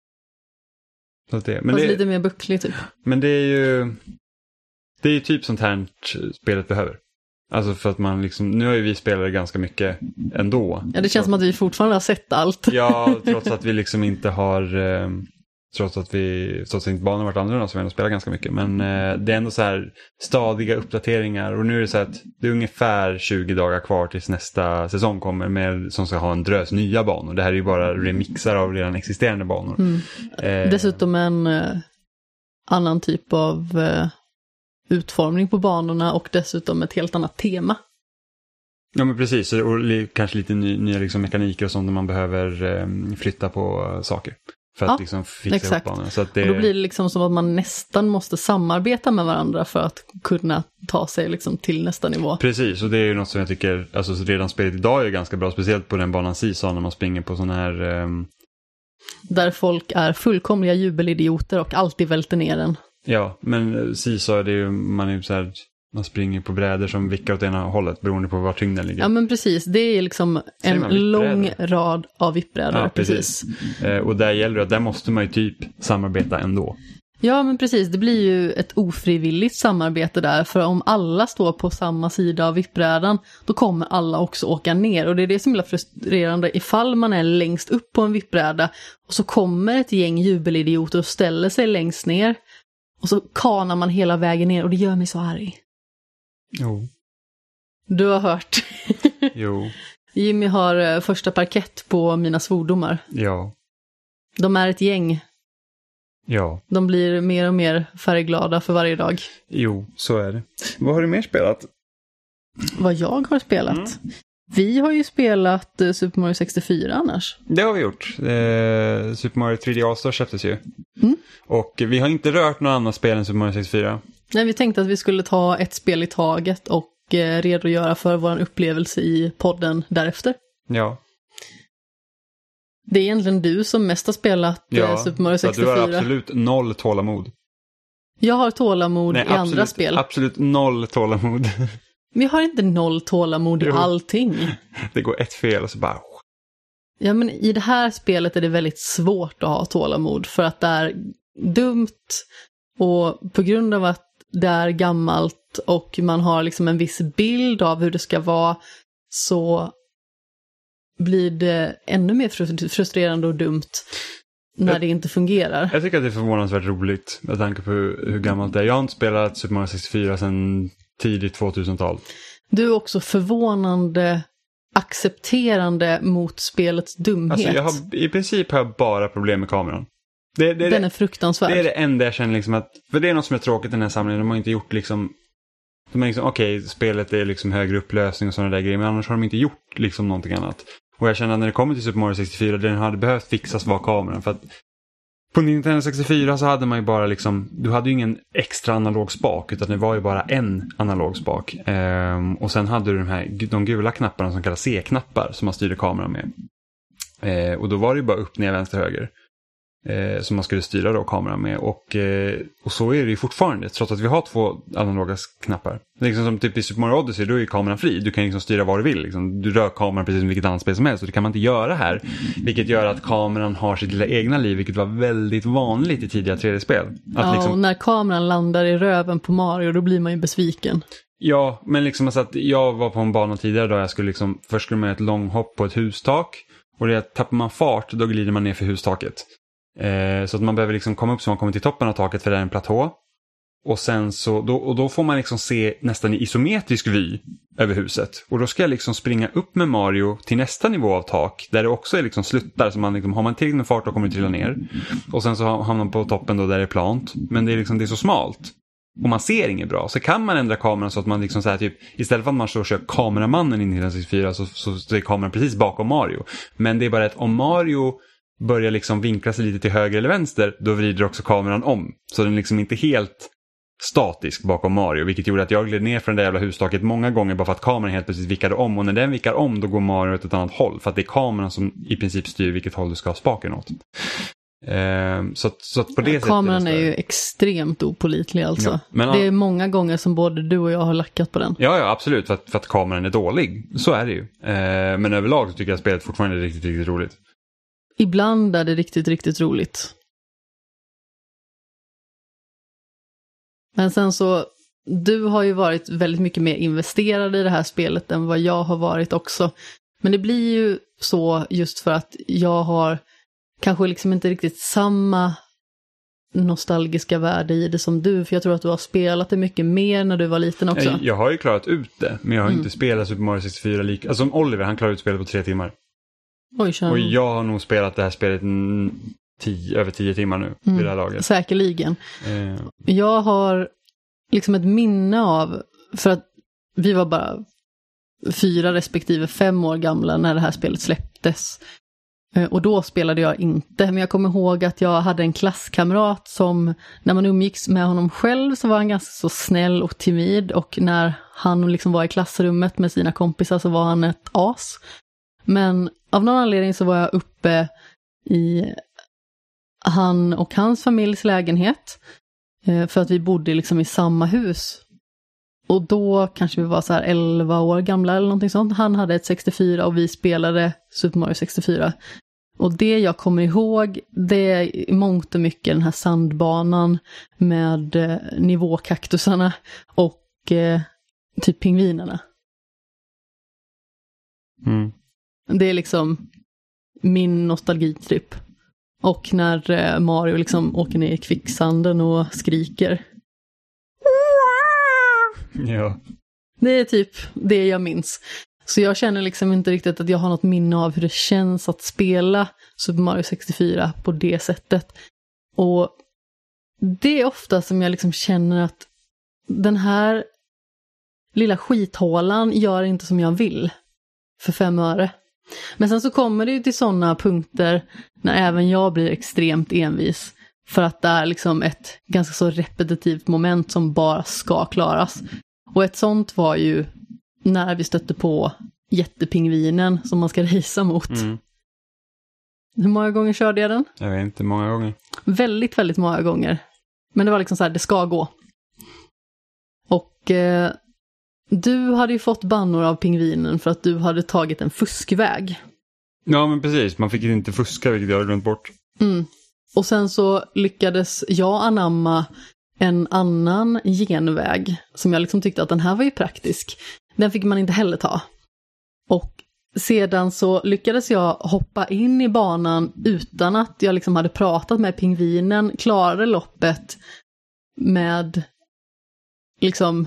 Men det är lite mer bucklig typ. Men det är ju typ sånt här spelet behöver. Alltså för att man liksom, nu har ju vi spelat ganska mycket ändå. Ja, det känns som att vi fortfarande har sett allt. Ja, trots att vi liksom inte har, trots att inte banan varit annorlunda så vi ändå spelar ganska mycket. Men det är ändå så här stadiga uppdateringar och nu är det så att det är ungefär 20 dagar kvar tills nästa säsong kommer som ska ha en drös nya banor. Det här är ju bara remixar av redan existerande banor. Dessutom en annan typ av... utformning på banorna och dessutom ett helt annat tema. Ja men precis, och kanske lite nya liksom mekaniker och sånt där man behöver flytta på saker för att liksom fixa upp banorna. Så att det... Och då blir det liksom som att man nästan måste samarbeta med varandra för att kunna ta sig liksom till nästa nivå. Precis, och det är ju något som jag tycker, alltså redan spelet idag är ganska bra, speciellt på den banan Seesaw när man springer på sån här... Där folk är fullkomliga jubelidioter och alltid välter ner den. Ja, men Seesaw, det är ju, man springer på brädor som vickar åt ena hållet beroende på var tyngden ligger. Ja, men precis. Det är liksom en lång rad av vippbrädor. Ja, precis. Och där gäller det att där måste man ju typ samarbeta ändå. Ja, men precis. Det blir ju ett ofrivilligt samarbete där. För om alla står på samma sida av vippbrädan, då kommer alla också åka ner. Och det är det som är frustrerande ifall man är längst upp på en vippbräda och så kommer ett gäng jubelidioter och ställer sig längst ner. Och så kanar man hela vägen ner och det gör mig så arg. Jo. Du har hört. Jo. Jimmy har första parkett på mina svordomar. Ja. De är ett gäng. Ja. De blir mer och mer färgglada för varje dag. Jo, så är det. Vad har du mer spelat? Vad jag har spelat? Vi har ju spelat Super Mario 64 annars. Det har vi gjort. Super Mario 3D All-Stars släpptes ju. Och vi har inte rört något annat spel än Super Mario 64. Nej, vi tänkte att vi skulle ta ett spel i taget och redogöra för vår upplevelse i podden därefter. Ja. Det är egentligen du som mest har spelat Super Mario 64. Ja, du har absolut 0 tålamod. Jag har tålamod i andra spel. Absolut 0 tålamod. Men jag har inte 0 tålamod i allting. Det går ett fel och så bara... Ja, men i det här spelet är det väldigt svårt att ha tålamod. För att det är dumt och på grund av att det är gammalt och man har liksom en viss bild av hur det ska vara, så blir det ännu mer frustrerande och dumt när det inte fungerar. Jag tycker att det är förvånansvärt roligt med tanke på hur gammalt det är. Jag har inte spelat Super Mario 64 sedan tidigt 2000-tal. Du är också förvånande accepterande mot spelets dumhet. Alltså i princip har jag bara problem med kameran. Den är fruktansvärd. Det är det enda jag känner liksom att, för det är något som är tråkigt i den här samlingen. De har inte gjort liksom, okej, spelet är liksom högre upplösning och sådana där grejer, men annars har de inte gjort liksom någonting annat. Och jag känner att när det kommer till Super Mario 64, den hade behövt fixas var kameran, för att på Nintendo 64 så hade man ju bara liksom, du hade ju ingen extra analog spak, utan det var ju bara en analog spak. Och sen hade du de gula knapparna som kallas C-knappar som man styrde kameran med. Och då var det ju bara upp, ner, vänster, höger. som man skulle styra då kameran med. Och så är det ju fortfarande, trots att vi har 2 analoga knappar. Det är liksom som typ i Super Mario Odyssey, då är ju kameran fri. Du kan liksom styra vad du vill. Liksom. Du rör kameran precis som vilket annat spel som helst, och det kan man inte göra här. Vilket gör att kameran har sitt lilla egna liv, vilket var väldigt vanligt i tidiga 3D-spel. Ja, liksom... och när kameran landar i röven på Mario, då blir man ju besviken. Ja, men liksom alltså att jag var på en bana tidigare då jag skulle liksom, först skulle man göra ett långhopp på ett hustak. Och det tappar man fart, då glider man ner för hustaket. Så att man behöver liksom komma upp så man kommer till toppen av taket, för det är en platå. Och sen så, då får man liksom se nästan i isometrisk vy över huset. Och då ska jag liksom springa upp med Mario till nästa nivå av tak, där det också är liksom sluttar, så man liksom, har man tillräckligt med fart då kommer det trilla ner. Och sen så hamnar man på toppen då där det är plant. Men det är liksom, det är så smalt. Och man ser inget bra. Så kan man ändra kameran så att man liksom så här typ, istället för att man så kör kameramannen in i 64 så är kameran precis bakom Mario. Men det är bara att om Mario börjar liksom vinkla sig lite till höger eller vänster, då vrider också kameran om. Så den liksom inte helt statisk bakom Mario, vilket gjorde att jag gled ner från det jävla hustaket många gånger bara för att kameran helt precis vickade om. Och när den vickar om, då går Mario åt ett annat håll, för att det är kameran som i princip styr vilket håll du ska ha spaken åt. Så att på det sättet kameran är ju extremt opålitlig alltså. Ja, men, det är många gånger som både du och jag har lackat på den. Ja, absolut, för att kameran är dålig. Så är det ju. Men överlag så tycker jag att spelet fortfarande är riktigt, riktigt roligt. Ibland är det riktigt, riktigt roligt. Men sen så, du har ju varit väldigt mycket mer investerad i det här spelet än vad jag har varit också. Men det blir ju så just för att jag har kanske liksom inte riktigt samma nostalgiska värde i det som du. För jag tror att du har spelat det mycket mer när du var liten också. Jag har ju klarat ut det, men jag har inte spelat Super Mario 64 lika. Alltså som Oliver, han klarade ut spelet på 3 timmar. Oj, och jag har nog spelat det här spelet över 10 timmar nu vid det här laget. Säkerligen. Jag har liksom ett minne av, för att vi var bara 4 respektive 5 år gamla när det här spelet släpptes. Och då spelade jag inte, men jag kommer ihåg att jag hade en klasskamrat som, när man umgicks med honom själv så var han ganska så snäll och timid, och när han liksom var i klassrummet med sina kompisar så var han ett as. Men av någon anledning så var jag uppe i han och hans familjs lägenhet, för att vi bodde liksom i samma hus. Och då kanske vi var så här 11 år gamla eller någonting sånt. Han hade ett 64 och vi spelade Super Mario 64. Och det jag kommer ihåg, det är i mångt och mycket den här sandbanan med nivåkaktusarna och typ pingvinerna. Mm. Det är liksom min nostalgitripp. Och när Mario liksom åker ner i kvicksanden och skriker. Ja. Det är typ det jag minns. Så jag känner liksom inte riktigt att jag har något minne av hur det känns att spela Super Mario 64 på det sättet. Och det är ofta som jag liksom känner att den här lilla skithålan gör inte som jag vill för 5 öre. Men sen så kommer det ju till sådana punkter när även jag blir extremt envis. För att det är liksom ett ganska så repetitivt moment som bara ska klaras. Och ett sånt var ju när vi stötte på jättepingvinen som man ska racea mot. Mm. Hur många gånger körde jag den? Jag vet inte, många gånger. Väldigt, väldigt många gånger. Men det var liksom så här, det ska gå. Och du hade ju fått bannor av pingvinen för att du hade tagit en fuskväg. Ja, men precis. Man fick inte fuska, vilket jag hade glömt bort. Mm. Och sen så lyckades jag anamma en annan genväg som jag liksom tyckte att den här var ju praktisk. Den fick man inte heller ta. Och sedan så lyckades jag hoppa in i banan utan att jag liksom hade pratat med pingvinen, klarade loppet med liksom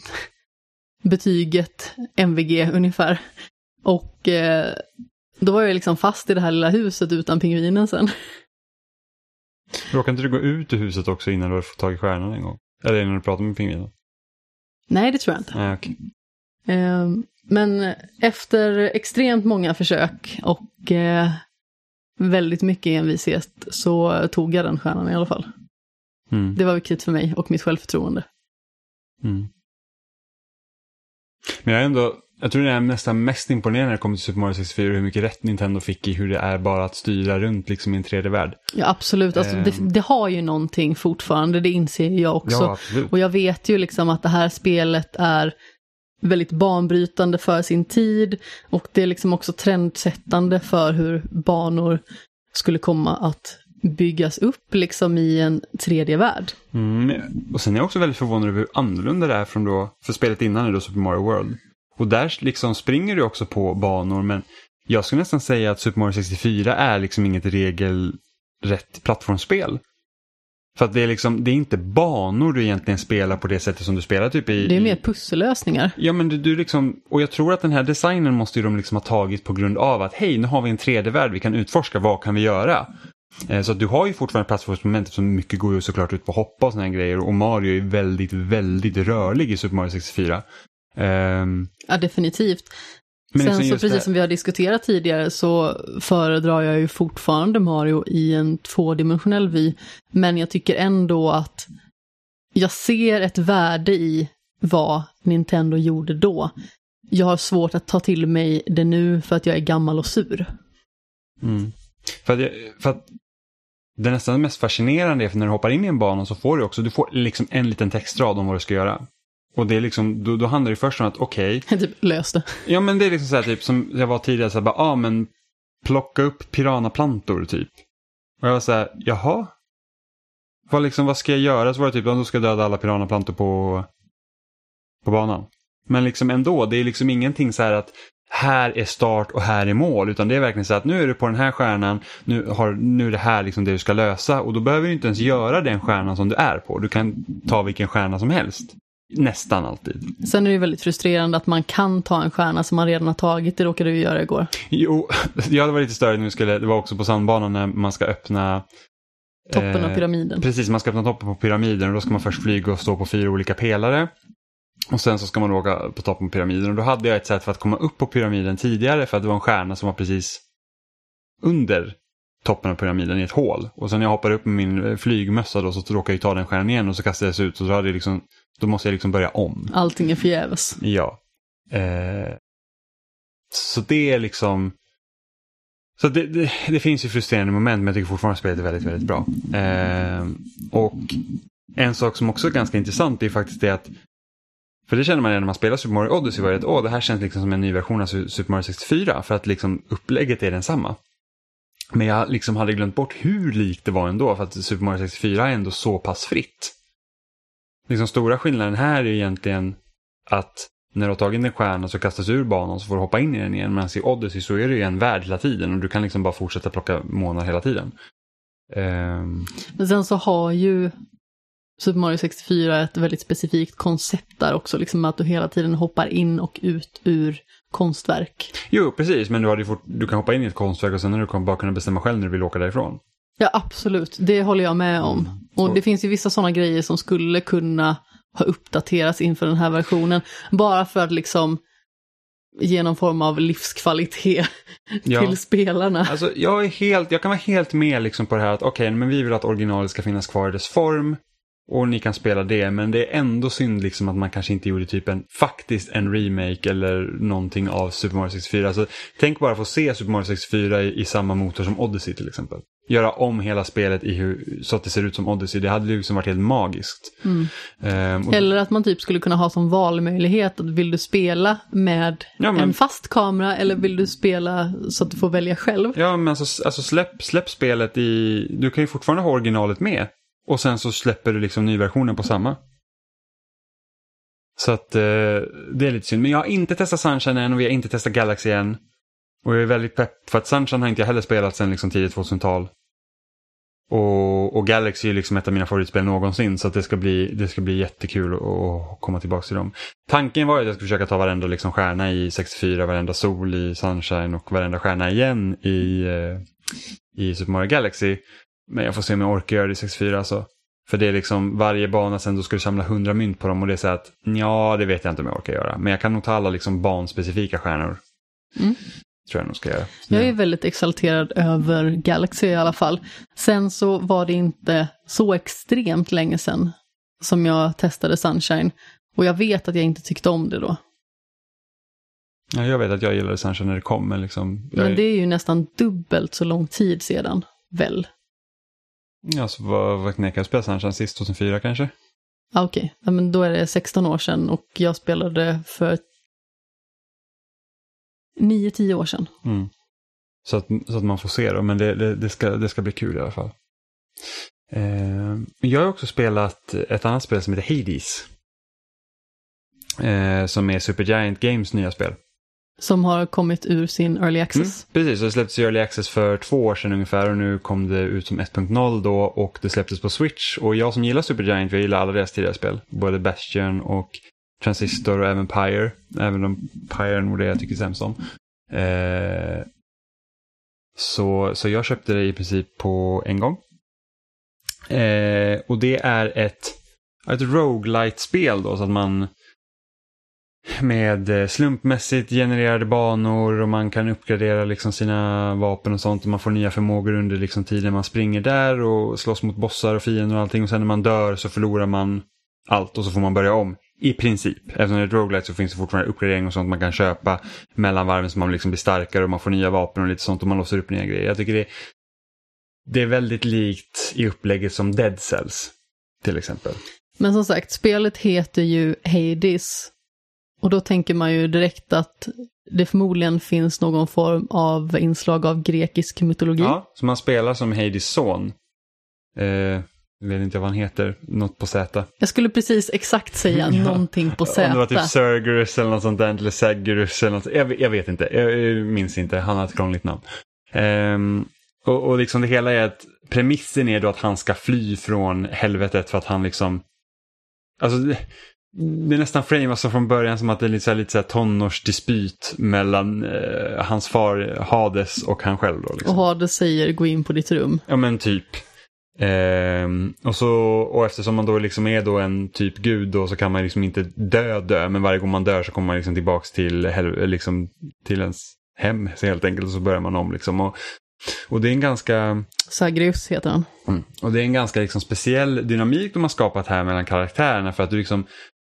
betyget MVG ungefär. Och då var jag liksom fast i det här lilla huset utan pingvinen sen. Råkade inte du gå ut ur huset också innan du hade fått tag i stjärnan en gång? Eller innan du pratade med pingvinen? Nej, det tror jag inte. Nej, okej. Men efter extremt många försök och väldigt mycket envishet så tog jag den stjärnan i alla fall. Mm. Det var viktigt för mig och mitt självförtroende. Mm. Men jag har ändå, Jag tror det är nästan mest imponerande när det kommer till Super Mario 64 hur mycket rätt Nintendo fick i hur det är bara att styra runt liksom i en 3D-värld. Ja, absolut. Alltså, det har ju någonting fortfarande, det inser jag också. Ja, absolut. Och jag vet ju liksom att det här spelet är väldigt banbrytande för sin tid och det är liksom också trendsättande för hur banor skulle komma att byggas upp liksom i en 3D-värld. Och sen är jag också väldigt förvånad över hur annorlunda det är från då, för spelet innan är då Super Mario World. Och där liksom springer du också på banor, men jag skulle nästan säga att Super Mario 64 är liksom inget regelrätt plattformsspel. För att det är liksom, det är inte banor du egentligen spelar på det sättet som du spelar typ i... Det är mer pussellösningar. Ja, men du liksom, och jag tror att den här designen måste ju de liksom ha tagit på grund av att hej, nu har vi en 3D-värld vi kan utforska, vad kan vi göra? Så att du har ju fortfarande plattformsmoment som mycket går ju såklart ut på hoppa och såna här grejer, och Mario är väldigt, väldigt rörlig i Super Mario 64. Ja, definitivt. Men Sen liksom så precis som vi har diskuterat tidigare så föredrar jag ju fortfarande Mario i en tvådimensionell vy. Men jag tycker ändå att jag ser ett värde i vad Nintendo gjorde då. Jag har svårt att ta till mig det nu för att jag är gammal och sur. För att det är nästan mest fascinerande är för när du hoppar in i en bana så får du får liksom en liten textrad om vad du ska göra. Och det är liksom, då handlar det först om att okej. Typ lös det. Ja, men det är liksom så här typ som jag var tidigare så här, bara, men plocka upp piranaplantor typ. Och jag var så här, jaha. Vad ska jag göra? Så var det typ, då ska jag döda alla piranaplantor på banan. Men liksom ändå, det är liksom ingenting så här att här är start och här är mål, utan det är verkligen så att nu är du på den här stjärnan, nu är det här liksom det du ska lösa, och då behöver du inte ens göra den stjärnan som du är på. Du kan ta vilken stjärna som helst. Nästan alltid. Sen är det ju väldigt frustrerande att man kan ta en stjärna som man redan har tagit. Det råkade du göra igår. Jo, jag hade varit lite större nu. Det var också på sandbanan när man ska öppna toppen av pyramiden. Precis, man ska öppna toppen på pyramiden, och då ska man först flyga och stå på 4 olika pelare. Och sen så ska man åka på toppen på pyramiden. Och då hade jag ett sätt för att komma upp på pyramiden tidigare, för att det var en stjärna som var precis under toppen av pyramiden i ett hål. Och sen när jag hoppade upp med min flygmössa då, så råkade jag ta den stjärnan igen och så kastades jag ut. Så då måste jag liksom börja om. Allting är förgäves. Ja. Så det är liksom... Så det finns ju frustrerande moment, men jag tycker fortfarande spelet är väldigt, väldigt bra. Och en sak som också är ganska intressant är faktiskt det att, för det känner man när man spelar Super Mario Odyssey, var att det här känns liksom som en ny version av Super Mario 64, för att liksom upplägget är densamma. Men jag liksom hade glömt bort hur likt det var ändå, för att Super Mario 64 är ändå så pass fritt. Liksom stora skillnaden här är egentligen att när du har tagit en stjärna så kastas ur banan så får du hoppa in i den igen. Men i Odyssey så är det ju en värld hela tiden och du kan liksom bara fortsätta plocka månader hela tiden. Men sen så har ju Super Mario 64 ett väldigt specifikt koncept där också. Liksom att du hela tiden hoppar in och ut ur konstverk. Jo, precis. Men du kan hoppa in i ett konstverk och sen när du bara kunna bestämma själv när du vill åka därifrån. Ja, absolut. Det håller jag med om. Och det finns ju vissa sådana grejer som skulle kunna ha uppdaterats inför den här versionen. Bara för att liksom ge någon form av livskvalitet till spelarna. Alltså, jag kan vara helt med liksom på det här att okej, men vi vill att originalet ska finnas kvar i dess form. Och ni kan spela det, men det är ändå synd liksom att man kanske inte gjorde typ en remake eller någonting av Super Mario 64. Alltså, tänk bara få se Super Mario 64 i samma motor som Odyssey till exempel. Göra om hela spelet så att det ser ut som Odyssey. Det hade liksom varit helt magiskt. Eller att man typ skulle kunna ha som valmöjlighet att vill du spela med en fast kamera eller vill du spela så att du får välja själv? Ja, men alltså släpp spelet i... Du kan ju fortfarande ha originalet med. Och sen så släpper du liksom nyversionen på samma. Så att det är lite synd. Men jag har inte testat Sunshine än och vi har inte testat Galaxy än. Och jag är väldigt pepp för att Sunshine har inte jag heller spelat sedan liksom tidigt 2000-tal. Och Galaxy är liksom ett av mina favoritspel någonsin. Så att det ska bli jättekul att komma tillbaka till dem. Tanken var att jag skulle försöka ta varenda liksom stjärna i 64, varenda sol i Sunshine och varenda stjärna igen i Super Mario Galaxy. Men jag får se om jag orkar göra det i 64 alltså. För det är liksom varje bana sen då ska du samla 100 mynt på dem och det är så att det vet jag inte om jag orkar göra. Men jag kan nog ta alla liksom banspecifika stjärnor. Tror jag nog ska göra. Jag är väldigt exalterad över Galaxy i alla fall. Sen så var det inte så extremt länge sedan som jag testade Sunshine. Och jag vet att jag inte tyckte om det då. Ja, jag vet att jag gillade Sunshine när det kom, men liksom... Men det är ju nästan dubbelt så lång tid sedan, väl? Alltså, vad knäckade jag spela Sunshine sist? 2004 kanske? Ah, okej. Ja, men då är det 16 år sedan och jag spelade för 9-10 år sedan. Mm. Så att man får se då, men det ska bli kul i alla fall. Jag har också spelat ett annat spel som heter Hades. Som är Supergiant Games nya spel. Som har kommit ur sin Early Access. Precis, och det släpptes i Early Access för 2 år sedan ungefär och nu kom det ut som 1.0 då och det släpptes på Switch. Och jag som gillar Supergiant, jag gillar alla deras tidigare spel. Både Bastion och Transistor och även Pyre. Även om Pyre är nog det jag tycker sämst om. Så jag köpte det i princip på en gång. Och det är ett roguelite-spel då, så att man med slumpmässigt genererade banor och man kan uppgradera liksom sina vapen och sånt och man får nya förmågor under liksom tiden man springer där och slåss mot bossar och fiender och allting och sen när man dör så förlorar man allt och så får man börja om i princip. Eftersom det är ett roguelite så finns det fortfarande uppgradering och sånt man kan köpa mellan varven så man liksom blir starkare och man får nya vapen och lite sånt och man låser upp nya grejer. Jag tycker det är väldigt likt i upplägget som Dead Cells till exempel. Men som sagt, spelet heter ju Hades. Och då tänker man ju direkt att det förmodligen finns någon form av inslag av grekisk mytologi. Ja, så man spelar som Hades son. Jag vet inte vad han heter, något på Z. Jag skulle precis exakt säga någonting på Z. Om det var typ Cerberus eller något sånt där, eller Cerberus eller något. Jag vet inte, jag minns inte, han har ett krångligt namn. Och liksom det hela är att premissen är då att han ska fly från helvetet för att han liksom... Alltså det är nästan frame alltså från början som att det är lite så här tonårsdispyt mellan hans far Hades och han själv då, liksom. Och Hades säger gå in på ditt rum. Ja men typ. Och eftersom man då liksom är då en typ gud då, så kan man liksom inte dö men varje gång man dör så kommer man liksom tillbaks till liksom till ens hem så helt enkelt och så börjar man om liksom och det är en ganska... Zagreus heter han. Och det är en ganska liksom speciell dynamik de har skapat här mellan karaktärerna för att du liksom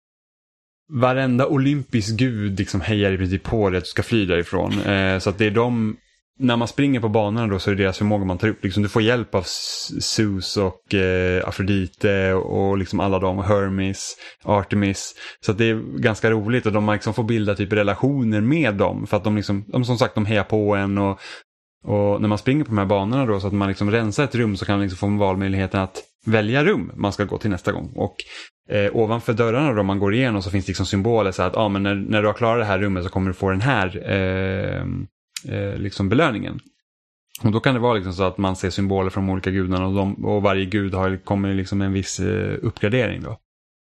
varenda olympisk gud liksom hejar i princip på dig att du ska fly därifrån. Så att det är de, när man springer på banorna då så är det deras förmåga man tar upp. Liksom, du får hjälp av Zeus och Afrodite och liksom alla de, Hermes, Artemis. Så att det är ganska roligt och de liksom får bilda typ relationer med dem för att de liksom, som sagt de hejar på en och när man springer på de här banorna då så att man liksom rensar ett rum så kan man liksom få valmöjligheten att välja rum man ska gå till nästa gång. Och ovanför dörrarna då man går igenom så finns det liksom symboler så att men när du har klarat det här rummet så kommer du få den här liksom belöningen. Och då kan det vara liksom så att man ser symboler från de olika gudarna och varje gud kommer liksom en viss uppgradering då.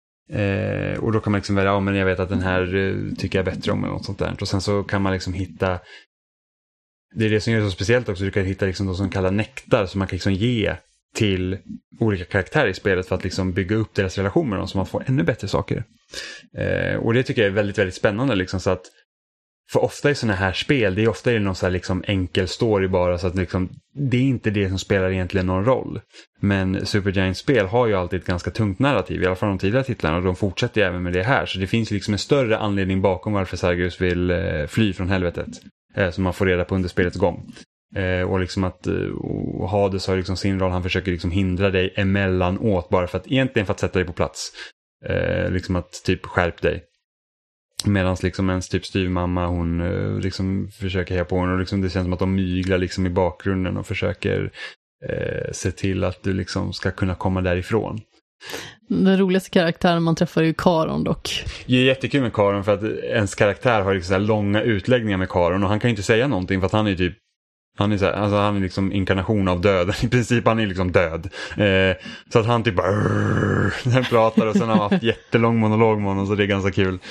Och då kan man liksom välja, men jag vet att den här tycker jag bättre om eller något sånt där. Och sen så kan man liksom hitta, det är det som gör det så speciellt också, du kan hitta liksom de som kallar nektar som man kan liksom ge till olika karaktärer i spelet för att liksom bygga upp deras relation med dem så man får ännu bättre saker. Och det tycker jag är väldigt, väldigt spännande liksom, så att för ofta i sådana här spel, det är ofta någon så här liksom enkel story bara så att liksom, det är inte det som spelar egentligen någon roll. Men Supergiant-spel har ju alltid ett ganska tungt narrativ, i alla fall de tidigare titlarna, och de fortsätter ju även med det här. Så det finns liksom en större anledning bakom varför Zagreus vill fly från helvetet. Som man får reda på under spelets gång. Och liksom att Hades har liksom sin roll, han försöker liksom hindra dig emellanåt bara för att sätta dig på plats. Liksom att typ skärp dig. Medan liksom ens typ styvmamma, hon liksom försöker heja på honom och liksom det känns som att de myglar liksom i bakgrunden och försöker se till att du liksom ska kunna komma därifrån. Den roligaste karaktären man träffar är ju Karon dock. Det är jättekul med Karon för att ens karaktär har liksom så här långa utläggningar med Karon och han kan ju inte säga någonting för att han är typ han är liksom inkarnation av döden. I princip han är liksom död. Så att han typ bara han pratar och sen har han haft jättelång monolog med honom så det är ganska kul.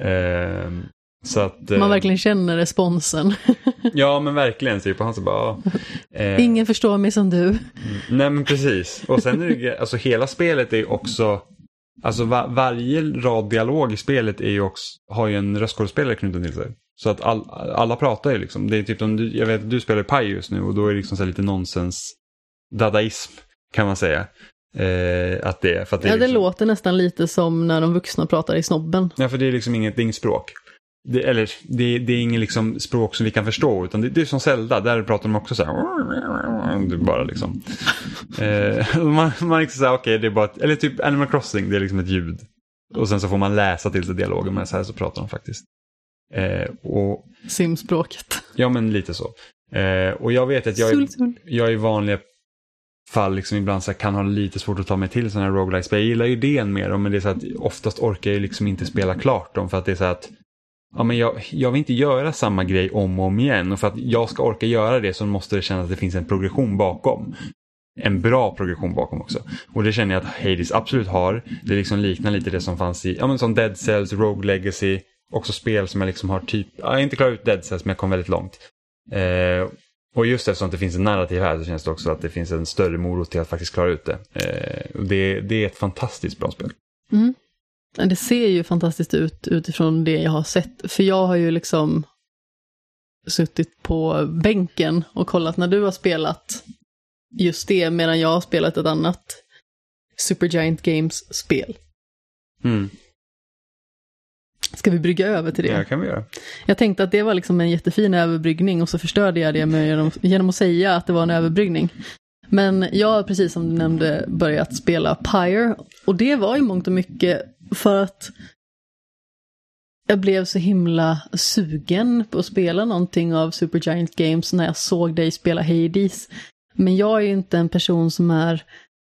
Så att, man verkligen känner responsen. Ja men verkligen typ, han så bara ingen förstår mig som du. Nej men precis. Och sen är det, alltså hela spelet är också, alltså varje rad dialog i spelet är ju också, har ju en röstskådespelare knuten till sig. Så att alla pratar ju liksom. Det är typ jag vet att du spelar Pi just nu och då är det liksom så lite nonsens dadaism kan man säga. Att det är, för att det, det liksom, låter nästan lite som när de vuxna pratar i snobben. Ja, för det är liksom inget språk. det är ingen liksom språk som vi kan förstå, utan det är som Zelda, där pratar de också så här. Det är bara liksom man liksom säger okej, det är bara eller typ Animal Crossing, det är liksom ett ljud. Och sen så får man läsa till dialogen, men så här så pratar de faktiskt. Och simspråket. Ja, men lite så. Och jag vet att jag i vanliga fall liksom ibland så kan ha lite svårt att ta mig till sådana här roguelikes. Jag gillar ju idén med dem, men det är så att oftast orkar jag liksom inte spela klart dem, för att det är så att ja, men jag vill inte göra samma grej om och om igen, och för att jag ska orka göra det så måste det kännas att det finns en progression bakom. En bra progression bakom också. Och det känner jag att Hades absolut har. Det liksom liknar lite det som fanns i, ja men som Dead Cells, Rogue Legacy, också spel som jag liksom har typ, jag har inte klarat ut Dead Cells men jag kom väldigt långt. Och just eftersom det finns en narrativ här så känns det också att det finns en större morot till att faktiskt klara ut det. Det är ett fantastiskt bra spel. Mm. Det ser ju fantastiskt ut utifrån det jag har sett. För jag har ju liksom suttit på bänken och kollat när du har spelat just det, medan jag har spelat ett annat Supergiant Games-spel. Mm. Ska vi brygga över till det? Ja, kan vi göra. Jag tänkte att det var liksom en jättefin överbryggning, och så förstörde jag det genom att säga att det var en överbryggning. Men jag har, precis som du nämnde, börjat spela Pyre, och det var i mångt och mycket för att jag blev så himla sugen på att spela någonting av Supergiant Games när jag såg dig spela Hades. Men jag är ju inte en person som är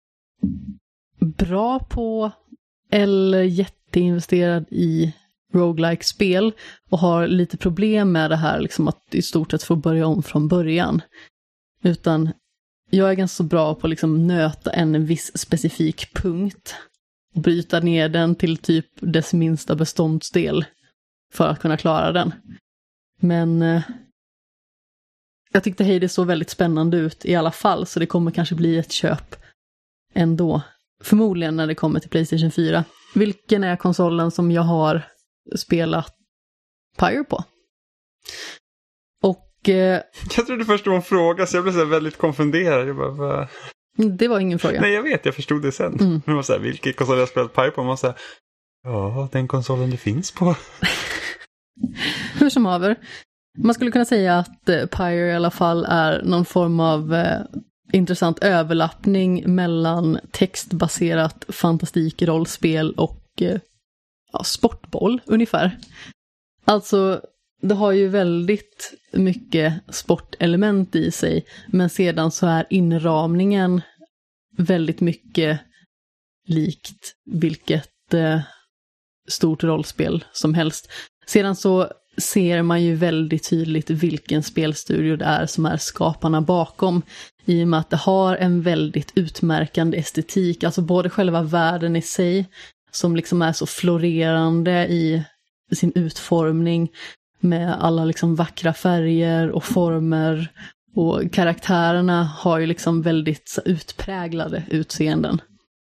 bra på eller jätteinvesterad i roguelike-spel, och har lite problem med det här liksom, att i stort sett få börja om från början. Utan jag är ganska så bra på att liksom nöta en viss specifik punkt och bryta ner den till typ dess minsta beståndsdel för att kunna klara den. Men jag tyckte Hades såg väldigt spännande ut i alla fall, så det kommer kanske bli ett köp ändå. Förmodligen när det kommer till PlayStation 4. Vilken är konsolen som jag har spelat Pyre på? Och jag trodde först det var en fråga, så jag blev så väldigt konfunderad. Jag bara, det var ingen fråga. Nej, jag vet, jag förstod det sen. Men man var så här, vilken konsol jag har spelat Pyre på? Man var så här, ja, den konsolen det finns på. Hur som haver. Man skulle kunna säga att Pyre i alla fall är någon form av intressant överlappning mellan textbaserat fantastikrollspel och sportboll ungefär. Alltså, det har ju väldigt mycket sportelement i sig, men sedan så är inramningen väldigt mycket likt vilket stort rollspel som helst. Sedan så ser man ju väldigt tydligt vilken spelstudio det är som är skaparna bakom, i och med att det har en väldigt utmärkande estetik, alltså både själva världen i sig som liksom är så florerande i sin utformning med alla liksom vackra färger och former, och karaktärerna har ju liksom väldigt utpräglade utseenden.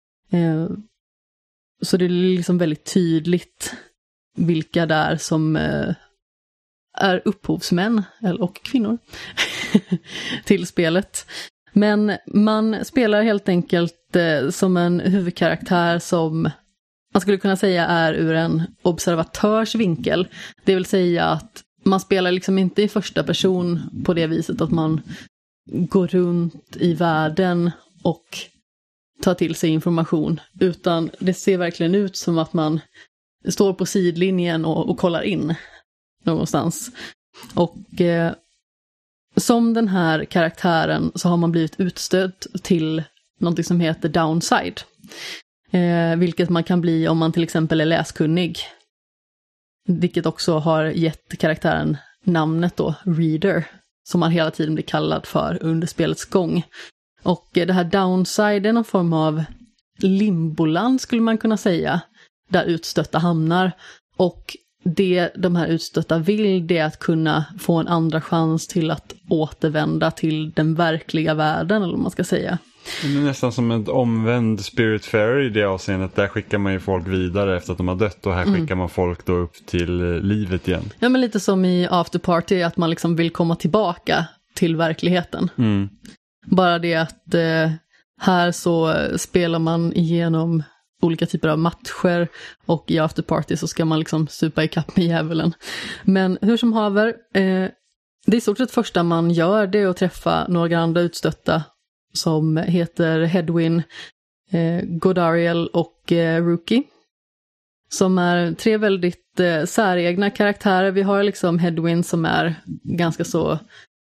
Så det är liksom väldigt tydligt vilka det är som är upphovsmän och kvinnor till spelet. Men man spelar helt enkelt som en huvudkaraktär som man skulle kunna säga är ur en observatörs vinkel. Det vill säga att man spelar liksom inte i första person på det viset att man går runt i världen och tar till sig information, utan det ser verkligen ut som att man står på sidlinjen och kollar in någonstans. Och som den här karaktären så har man blivit utstött till någonting som heter downside. Vilket man kan bli om man till exempel är läskunnig. Vilket också har gett karaktären namnet då, Reader, som man hela tiden blir kallad för under spelets gång. Och det här downside är någon form av limboland skulle man kunna säga, där utstötta hamnar. Och det de här utstötta vill, det är att kunna få en andra chans till att återvända till den verkliga världen, eller vad man ska säga. Det är nästan som ett omvänd Spiritfarer i det avseendet. Där skickar man ju folk vidare efter att de har dött, och här skickar man folk då upp till livet igen. Ja, men lite som i Afterparty, att man liksom vill komma tillbaka till verkligheten. Bara det att här så spelar man igenom olika typer av matcher och i afterparty så ska man liksom supa i kapp med djävulen. Men hur som haver, det är i stort sett första man gör det är att träffa några andra utstötta som heter Hedwyn, Godariel och Rookie. Som är 3 väldigt säregna karaktärer. Vi har liksom Hedwyn som är ganska så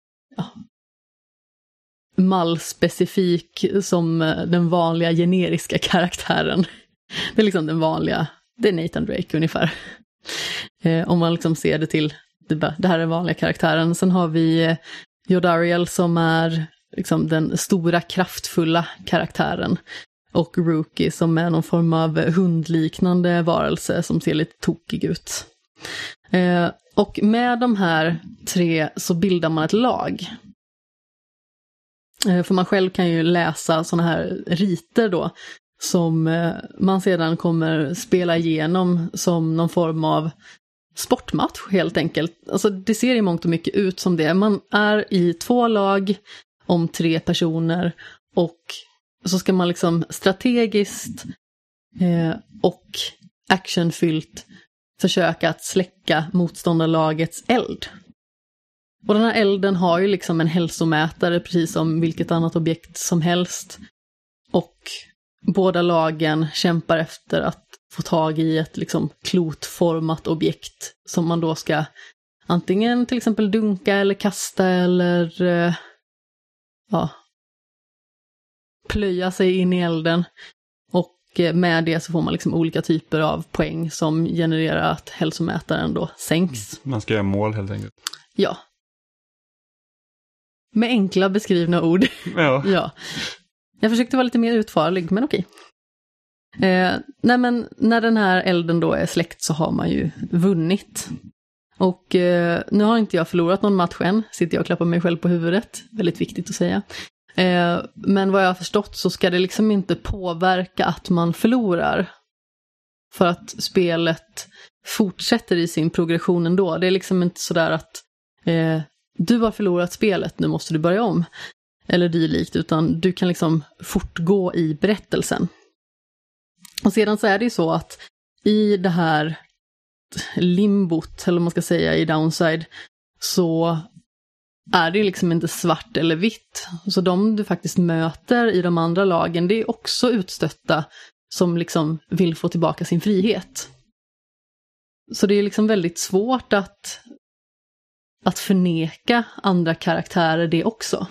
mallspecifik som den vanliga generiska karaktären. Det är liksom den vanliga, det är Nathan Drake ungefär. Om man liksom ser det till, det här är den vanliga karaktären. Sen har vi Jodariel som är liksom den stora kraftfulla karaktären. Och Rookie som är någon form av hundliknande varelse som ser lite tokig ut. Och med de här 3 så bildar man ett lag. För man själv kan ju läsa såna här riter då som man sedan kommer spela igenom som någon form av sportmatch helt enkelt. Alltså det ser i mångt och mycket ut som det. Man är i 2 lag om 3 personer och så ska man liksom strategiskt och actionfyllt försöka att släcka motståndarlagets eld. Och den här elden har ju liksom en hälsomätare precis som vilket annat objekt som helst. Och båda lagen kämpar efter att få tag i ett liksom klotformat objekt som man då ska antingen till exempel dunka eller kasta eller plöja sig in i elden. Och med det så får man liksom olika typer av poäng som genererar att hälsomätaren då sänks. Man ska göra mål helt enkelt. Ja. Med enkla beskrivna ord. Ja. Jag försökte vara lite mer utförlig, men okej. Nej, men när den här elden då är släckt så har man ju vunnit. Och nu har inte jag förlorat någon match än. Sitter jag och klappar mig själv på huvudet. Väldigt viktigt att säga. Men vad jag har förstått så ska det liksom inte påverka att man förlorar. För att spelet fortsätter i sin progression ändå. Det är liksom inte sådär att du har förlorat spelet, nu måste du börja om. Eller dylikt, utan du kan liksom fortgå i berättelsen. Och sedan så är det ju så att i det här limbot, eller vad man ska säga, i Downside, så är det liksom inte svart eller vitt. Så de du faktiskt möter i de andra lagen, det är också utstötta som liksom vill få tillbaka sin frihet. Så det är liksom väldigt svårt att förneka andra karaktärer det också.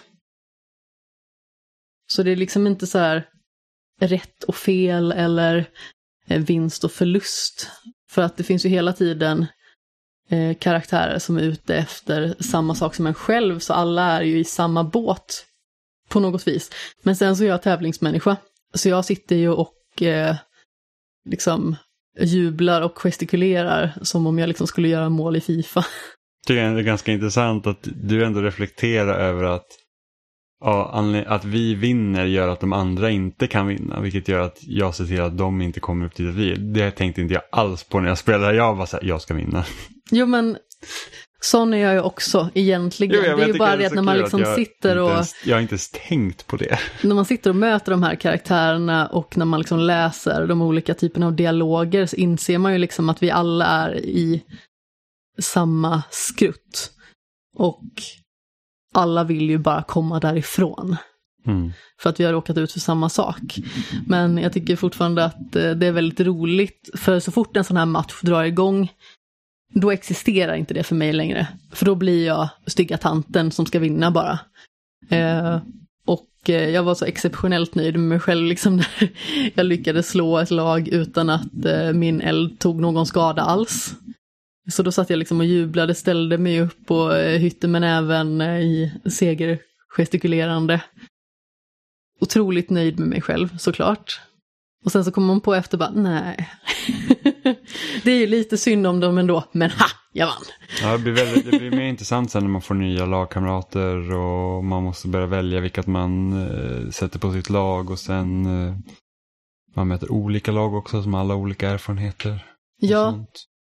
Så det är liksom inte så här rätt och fel eller vinst och förlust. För att det finns ju hela tiden karaktärer som är ute efter samma sak som en själv. Så alla är ju i samma båt på något vis. Men sen så är jag tävlingsmänniska. Så jag sitter ju och liksom jublar och gestikulerar som om jag liksom skulle göra mål i FIFA. Det är ganska intressant att du ändå reflekterar över att att vi vinner gör att de andra inte kan vinna, vilket gör att jag ser till att de inte kommer upp till vi. Det tänkte inte jag alls på när jag spelade. Jag var så här, jag ska vinna. Jo, men sån är jag ju också egentligen. Jo, det är ju bara det att när man liksom sitter och... Jag har inte ens tänkt på det. När man sitter och möter de här karaktärerna och när man liksom läser de olika typerna av dialoger så inser man ju liksom att vi alla är i samma skrutt. Och alla vill ju bara komma därifrån. För att vi har råkat ut för samma sak. Men jag tycker fortfarande att det är väldigt roligt. För så fort en sån här match drar igång, då existerar inte det för mig längre. För då blir jag stygga tanten som ska vinna bara. Och jag var så exceptionellt nöjd med mig själv liksom, när jag lyckades slå ett lag utan att min eld tog någon skada alls. Så då satt jag liksom och jublade, ställde mig upp och hytte men även i segergestikulerande. Otroligt nöjd med mig själv såklart. Och sen så kom man på efter bara, nej. Det är ju lite synd om dem ändå, men jag vann. Ja, det blir mer intressant sen när man får nya lagkamrater och man måste börja välja vilket man sätter på sitt lag och sen man möter olika lag också som alla har olika erfarenheter. Ja. Sånt.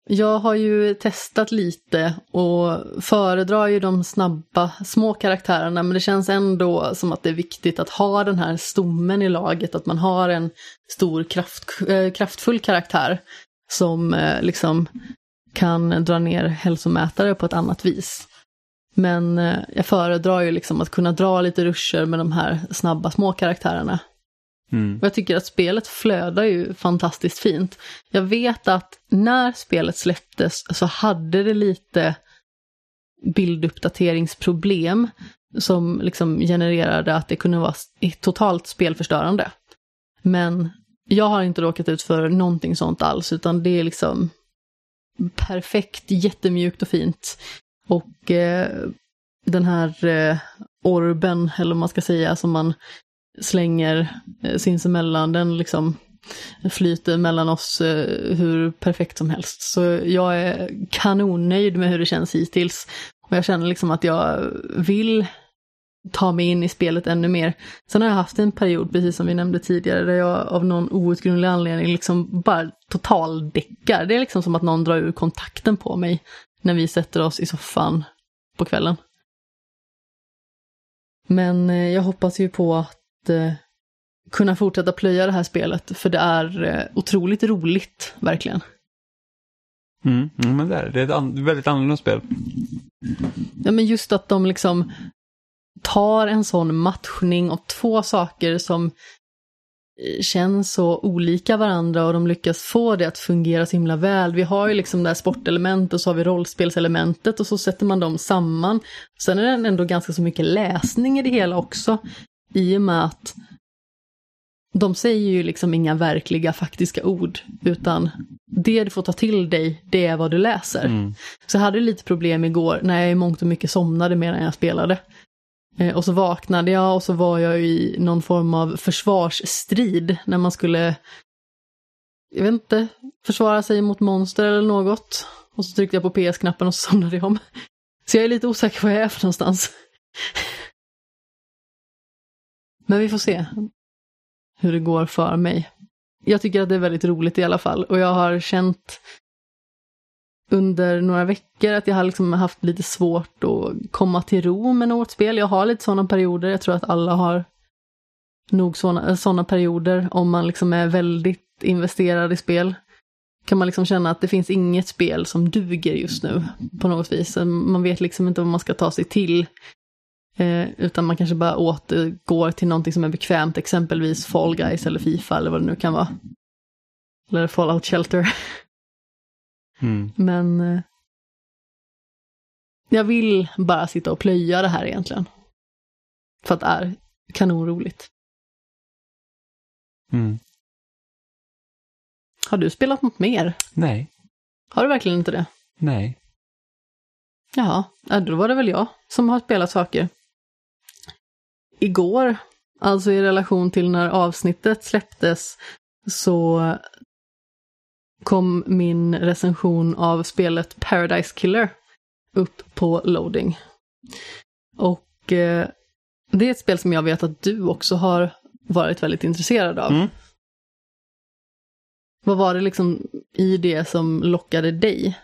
Jag har ju testat lite och föredrar ju de snabba, små karaktärerna, men det känns ändå som att det är viktigt att ha den här stommen i laget, att man har en stor kraftfull karaktär som liksom kan dra ner hälsomätare på ett annat vis. Men jag föredrar ju liksom att kunna dra lite ruscher med de här snabba små karaktärerna. Och jag tycker att spelet flödar ju fantastiskt fint. Jag vet att när spelet släpptes så hade det lite bilduppdateringsproblem som liksom genererade att det kunde vara totalt spelförstörande. Men jag har inte råkat ut för någonting sånt alls, utan det är liksom perfekt, jättemjukt och fint. Och den här orben, eller vad man ska säga, som man slänger sinsemellan, den liksom flyter mellan oss hur perfekt som helst. Så jag är kanonnöjd med hur det känns hittills. Och jag känner liksom att jag vill ta mig in i spelet ännu mer. Sen har jag haft en period, precis som vi nämnde tidigare, där jag av någon outgrundlig anledning liksom bara totaldäckar. Det är liksom som att någon drar ur kontakten på mig när vi sätter oss i soffan på kvällen. Men jag hoppas ju på att kunna fortsätta plöja det här spelet, för det är otroligt roligt, verkligen. Men det är ett väldigt annorlunda spel. Ja, men just att de liksom tar en sån matchning av två saker som känns så olika varandra, och de lyckas få det att fungera så himla väl. Vi har ju liksom det här sportelementet och så har vi rollspelselementet, och så sätter man dem samman. Sen är det ändå ganska så mycket läsning i det hela också, i och med att de säger ju liksom inga verkliga faktiska ord, utan det du får ta till dig, det är vad du läser. Så jag hade lite problem igår när jag i mångt och mycket somnade medan jag spelade. Och så vaknade jag, och så var jag i någon form av försvarsstrid när man skulle, jag vet inte, försvara sig mot monster eller något. Och så tryckte jag på PS-knappen och så somnade jag om. Så jag är lite osäker på vad jag är för någonstans. Men vi får se hur det går för mig. Jag tycker att det är väldigt roligt i alla fall. Och jag har känt under några veckor att jag har liksom haft lite svårt att komma till ro med något spel. Jag har lite sådana perioder. Jag tror att alla har nog sådana perioder. Om man liksom är väldigt investerad i spel, kan man liksom känna att det finns inget spel som duger just nu på något vis. Man vet liksom inte vad man ska ta sig till. Utan man kanske bara återgår till någonting som är bekvämt, exempelvis Fall Guys eller FIFA eller vad det nu kan vara. Eller Fallout Shelter. Men jag vill bara sitta och plöja det här egentligen. För att det är kanonroligt. Har du spelat något mer? Nej. Har du verkligen inte det? Nej. Jaha, då var det väl jag som har spelat saker. Igår, alltså i relation till när avsnittet släpptes, så kom min recension av spelet Paradise Killer upp på loading. Och det är ett spel som jag vet att du också har varit väldigt intresserad av. Vad var det liksom i det som lockade dig?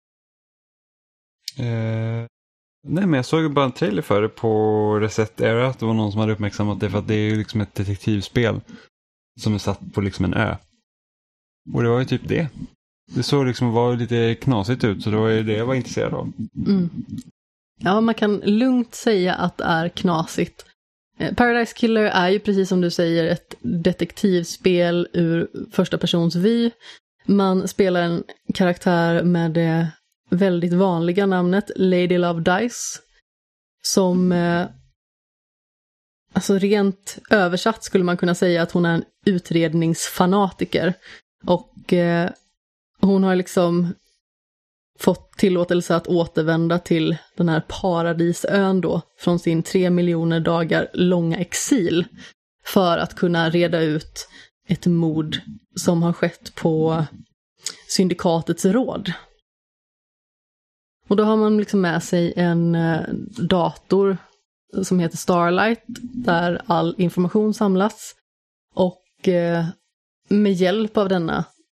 Nej, men jag såg ju bara en trailer för det på Reset Era. Att det var någon som hade uppmärksammat det, för att det är ju liksom ett detektivspel som är satt på liksom en ö. Och det var ju typ det. Det såg liksom var lite knasigt ut, så det var ju det jag var intresserad av. Ja, man kan lugnt säga att det är knasigt. Paradise Killer är ju, precis som du säger, ett detektivspel ur första persons vy. Man spelar en karaktär med det väldigt vanliga namnet Lady Love Dice, som alltså rent översatt skulle man kunna säga att hon är en utredningsfanatiker, och hon har liksom fått tillåtelse att återvända till den här paradisön då, från sin 3 miljoner dagar långa exil, för att kunna reda ut ett mord som har skett på syndikatets råd. Och då har man liksom med sig en dator som heter Starlight, där all information samlas. Och med hjälp av denna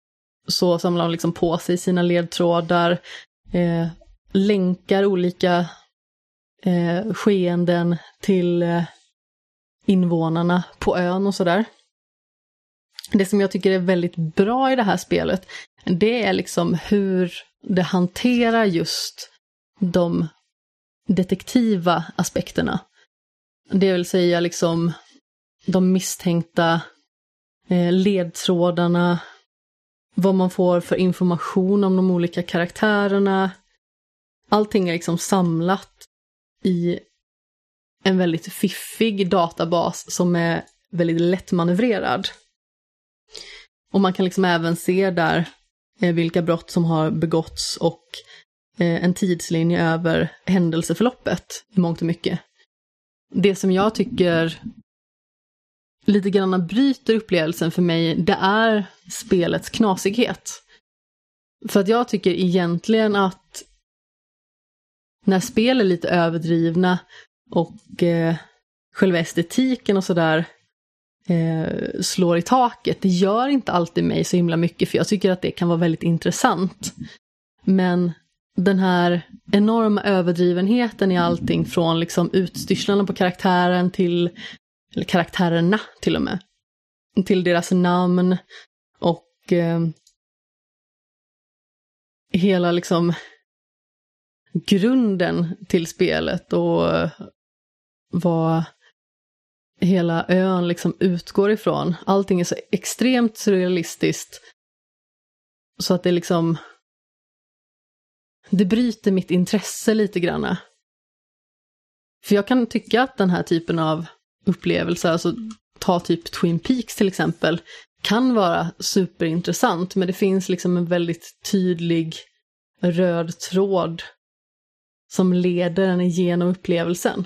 så samlar de liksom på sig sina ledtrådar, länkar olika skeenden till invånarna på ön och sådär. Det som jag tycker är väldigt bra i det här spelet, det är liksom hur det hanterar just de detektiva aspekterna. Det vill säga liksom de misstänkta ledtrådarna, vad man får för information om de olika karaktärerna. Allting är liksom samlat i en väldigt fiffig databas som är väldigt lättmanövrerad. Och man kan liksom även se där vilka brott som har begåtts och en tidslinje över händelseförloppet i mångt och mycket. Det som jag tycker lite grann bryter upplevelsen för mig, det är spelets knasighet. För att jag tycker egentligen att när spel är lite överdrivna och själva estetiken och sådär slår i taket, det gör inte alltid mig så himla mycket, för jag tycker att det kan vara väldigt intressant. Men den här enorma överdrivenheten i allting från liksom utstyrslarna på karaktären till, eller karaktärerna till och med, till deras namn och hela liksom grunden till spelet och vad hela ön liksom utgår ifrån. Allting är så extremt surrealistiskt så att det liksom det bryter mitt intresse lite grann. För jag kan tycka att den här typen av upplevelser, alltså ta typ Twin Peaks till exempel, kan vara superintressant, men det finns liksom en väldigt tydlig röd tråd som leder en igenom upplevelsen.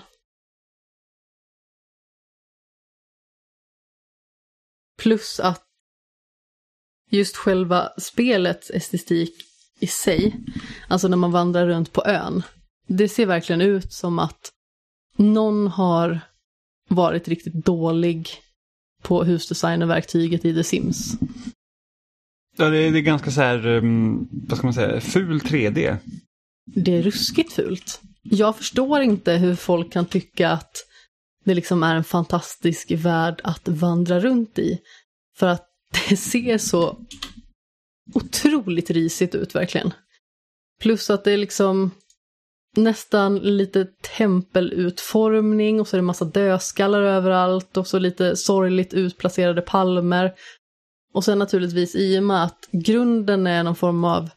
Plus att just själva spelets estetik i sig, alltså när man vandrar runt på ön, det ser verkligen ut som att någon har varit riktigt dålig på husdesignerverktyget i The Sims. Ja, det är ganska så här, vad ska man säga, ful 3D. Det är ruskigt fult. Jag förstår inte hur folk kan tycka att det liksom är en fantastisk värld att vandra runt i. För att det ser så otroligt risigt ut verkligen. Plus att det är liksom nästan lite tempelutformning och så är det massa dödskallar överallt och så lite sorgligt utplacerade palmer. Och sen naturligtvis i och med att grunden är någon form av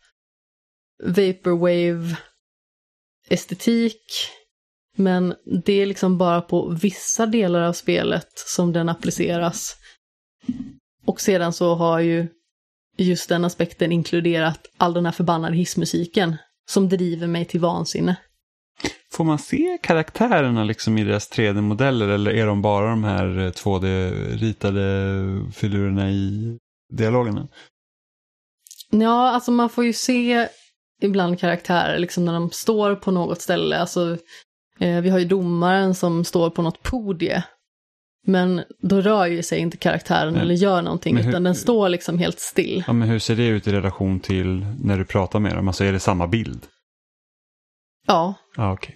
vaporwave-estetik, men det är liksom bara på vissa delar av spelet som den appliceras. Och sedan så har ju just den aspekten inkluderat all den här förbannade hissmusiken som driver mig till vansinne. Får man se karaktärerna liksom i deras 3D-modeller, eller är de bara de här 2D-ritade filurerna i dialogerna? Ja, alltså man får ju se ibland karaktärer liksom när de står på något ställe. Alltså, vi har ju domaren som står på något podie. Men då rör ju sig inte karaktären eller gör någonting, utan den står liksom helt still. Ja, men hur ser det ut i relation till när du pratar med dem? Alltså är det samma bild? Ja. Ja, okej.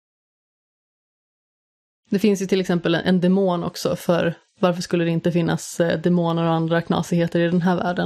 Det finns ju till exempel en demon också, för varför skulle det inte finnas demoner och andra knasigheter i den här världen?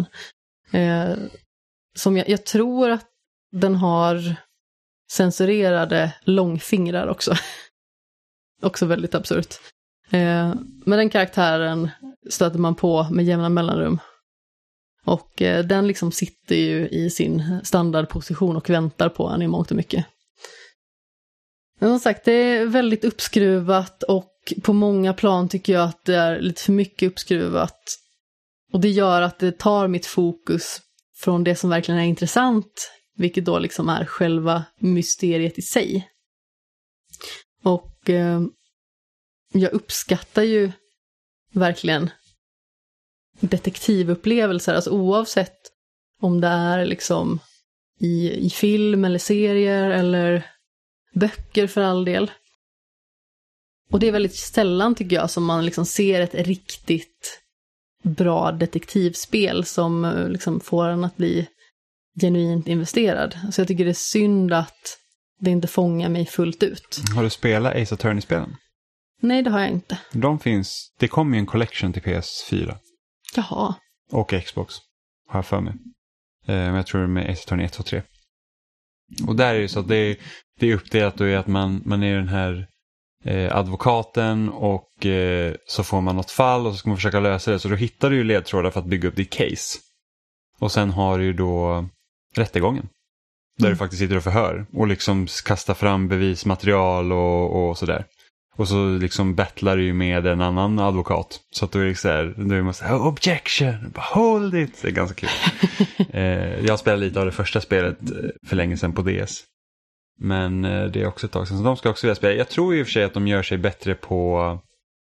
Som jag tror att den har censurerade långfingrar också. Också väldigt absurt. Men den karaktären stöter man på med jämna mellanrum. Och den liksom sitter ju i sin standardposition och väntar på en i mångt och mycket. Men som sagt, det är väldigt uppskruvat och på många plan tycker jag att det är lite för mycket uppskruvat. Och det gör att det tar mitt fokus från det som verkligen är intressant, vilket då liksom är själva mysteriet i sig. Och jag uppskattar ju verkligen detektivupplevelser, alltså oavsett om det är liksom i film eller serier eller böcker för all del. Och det är väldigt sällan tycker jag som man liksom ser ett riktigt bra detektivspel som liksom får en att bli genuint investerad. Så jag tycker det är synd att det inte fångar mig fullt ut. Har du spelat Ace Attorney-spelen? Nej, det har jag inte. Det kom ju en collection till PS4. Jaha. Och Xbox, har jag för mig. Men jag tror det är med Ace Attorney 1 och 3. Och där är det så att det är uppdelat då i att man är den här advokaten och så får man något fall och så ska man försöka lösa det. Så då hittar du ju ledtrådar för att bygga upp ditt case. Och sen har du ju då rättegången. Där du faktiskt sitter och förhör och liksom kastar fram bevismaterial och sådär. Och så liksom battlar du ju med en annan advokat. Så att du är så här, du måste säga objection, hold it. Det är ganska kul. Jag spelade lite av det första spelet för länge sedan på DS. Men det är också ett tag sedan. Så de ska också vilja spela. Jag tror i och för sig att de gör sig bättre på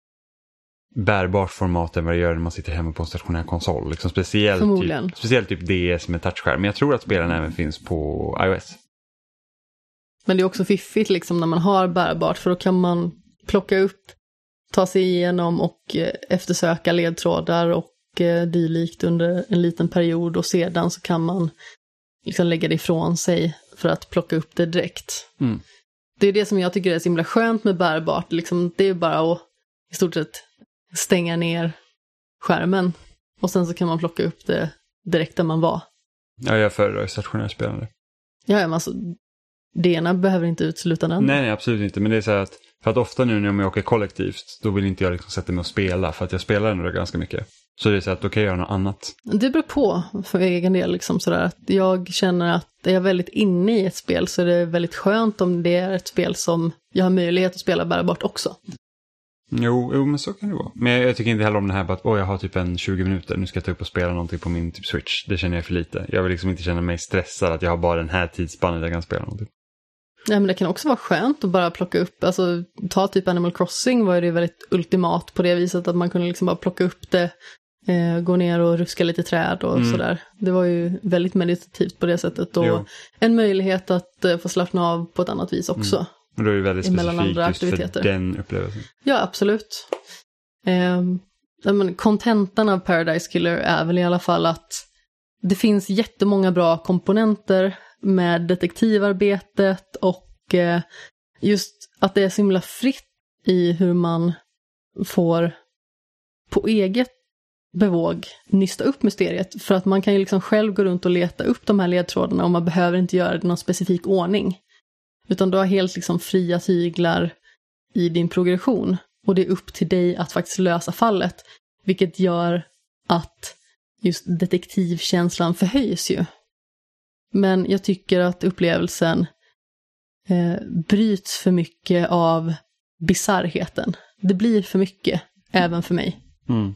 bärbart format än vad det gör när man sitter hemma på en stationär konsol. Liksom speciellt typ DS med touchskärm. Men jag tror att spelen även finns på iOS. Men det är också fiffigt liksom när man har bärbart. För då kan man plocka upp, ta sig igenom och eftersöka ledtrådar och dylikt under en liten period. Och sedan så kan man liksom lägga det ifrån sig för att plocka upp det direkt. Mm. Det är det som jag tycker är så himla skönt med bärbart. Liksom, det är bara att i stort sett stänga ner skärmen. Och sen så kan man plocka upp det direkt där man var. Ja, jag föredrar stationära spelande. Ja, men alltså, det ena behöver inte utesluta den. Nej, absolut inte. Men det är så här att, för att ofta nu när jag åker kollektivt, då vill inte jag liksom sätta mig och spela. För att jag spelar ändå ganska mycket. Så det är så att då kan jag göra något annat. Det beror på för egen del. Liksom sådär, att jag känner att är jag väldigt inne i ett spel så är det väldigt skönt om det är ett spel som jag har möjlighet att spela bärbart också. Jo, men så kan det vara. Men jag tycker inte heller om det här på att jag har typ 20 minuter. Nu ska jag ta upp och spela någonting på min typ Switch. Det känner jag för lite. Jag vill liksom inte känna mig stressad att jag har bara den här tidsspannet jag kan spela någonting. Nej, men det kan också vara skönt att bara plocka upp, alltså ta typ Animal Crossing var ju det väldigt ultimat på det viset att man kunde liksom bara plocka upp det, gå ner och ruska lite träd och sådär. Det var ju väldigt meditativt på det sättet och en möjlighet att få slappna av på ett annat vis också. Och då är det väldigt specifikt just för den upplevelsen. Ja, absolut. Men kontentan av Paradise Killer är väl i alla fall att det finns jättemånga bra komponenter med detektivarbetet och just att det är så himla fritt i hur man får på eget bevåg nysta upp mysteriet. För att man kan ju liksom själv gå runt och leta upp de här ledtrådarna och man behöver inte göra det i någon specifik ordning. Utan du har helt liksom fria tyglar i din progression. Och det är upp till dig att faktiskt lösa fallet. Vilket gör att just detektivkänslan förhöjs ju. Men jag tycker att upplevelsen bryts för mycket av bizarrheten. Det blir för mycket, även för mig. Mm.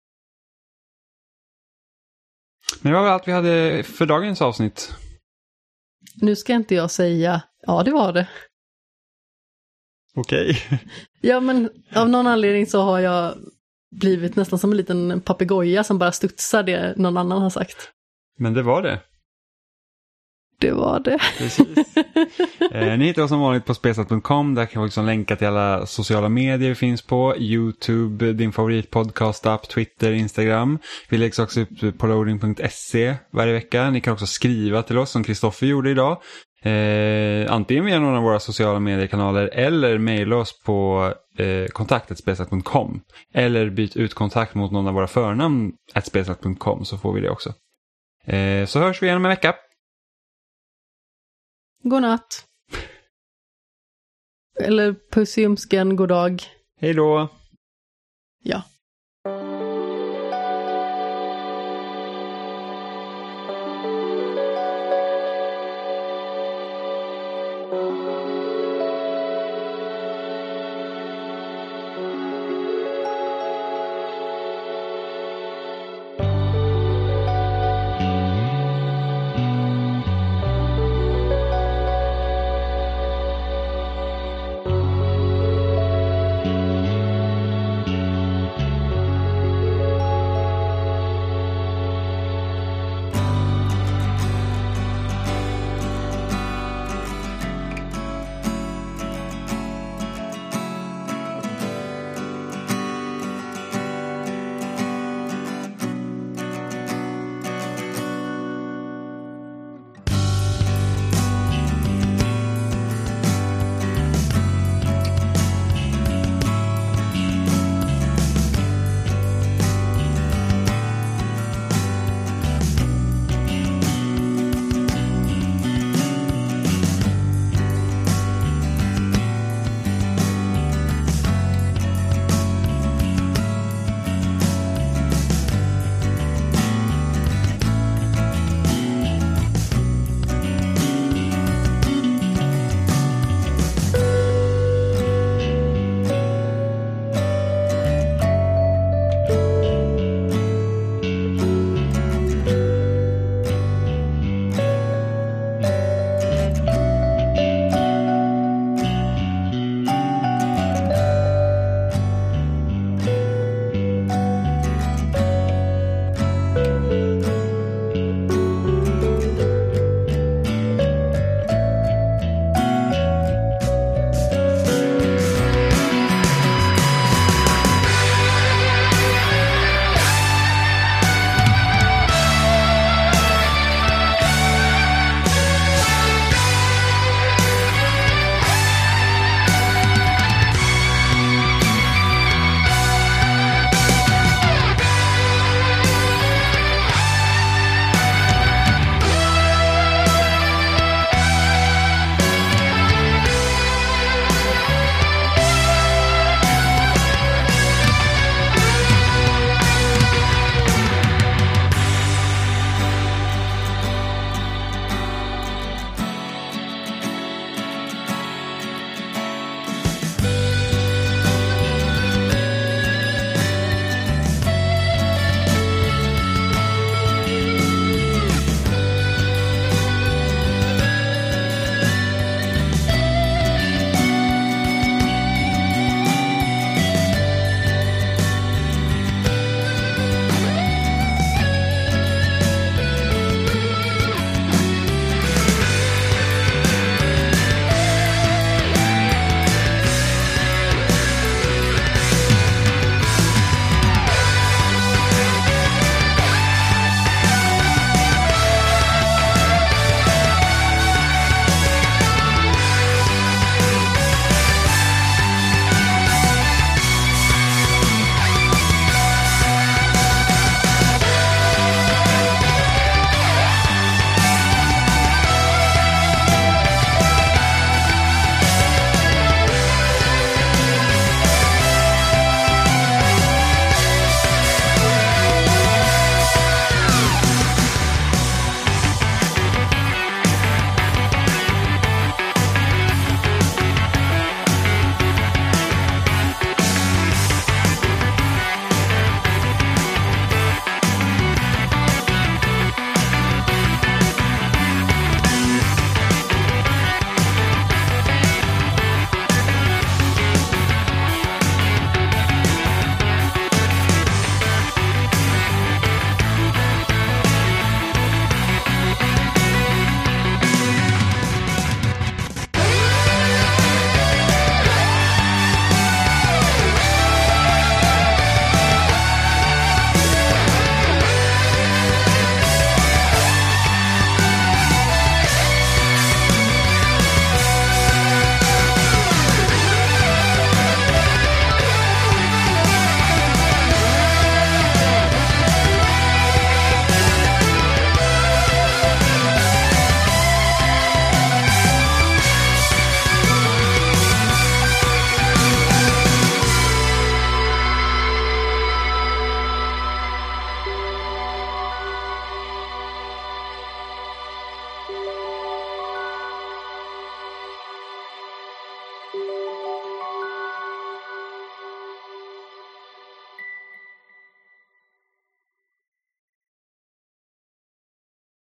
Men det var väl allt vi hade för dagens avsnitt. Nu ska inte jag säga, ja det var det. Okej. Ja, men av någon anledning så har jag blivit nästan som en liten papegoja som bara studsar det någon annan har sagt. Men det var det. Det var det. Precis. Ni hittar oss som vanligt på spesat.com. Där kan vi också länka till alla sociala medier vi finns på. YouTube, din favoritpodcast-app, Twitter, Instagram. Vi läggs också upp på loading.se varje vecka. Ni kan också skriva till oss som Kristoffer gjorde idag. Antingen via någon av våra sociala mediekanaler eller mejla oss på kontaktet.spesat.com. Eller byt ut kontakt mot någon av våra förnamn @spesat.com så får vi det också. Så hörs vi igen om en vecka. God natt. Eller puss i umsken, god dag. Hej då. Ja.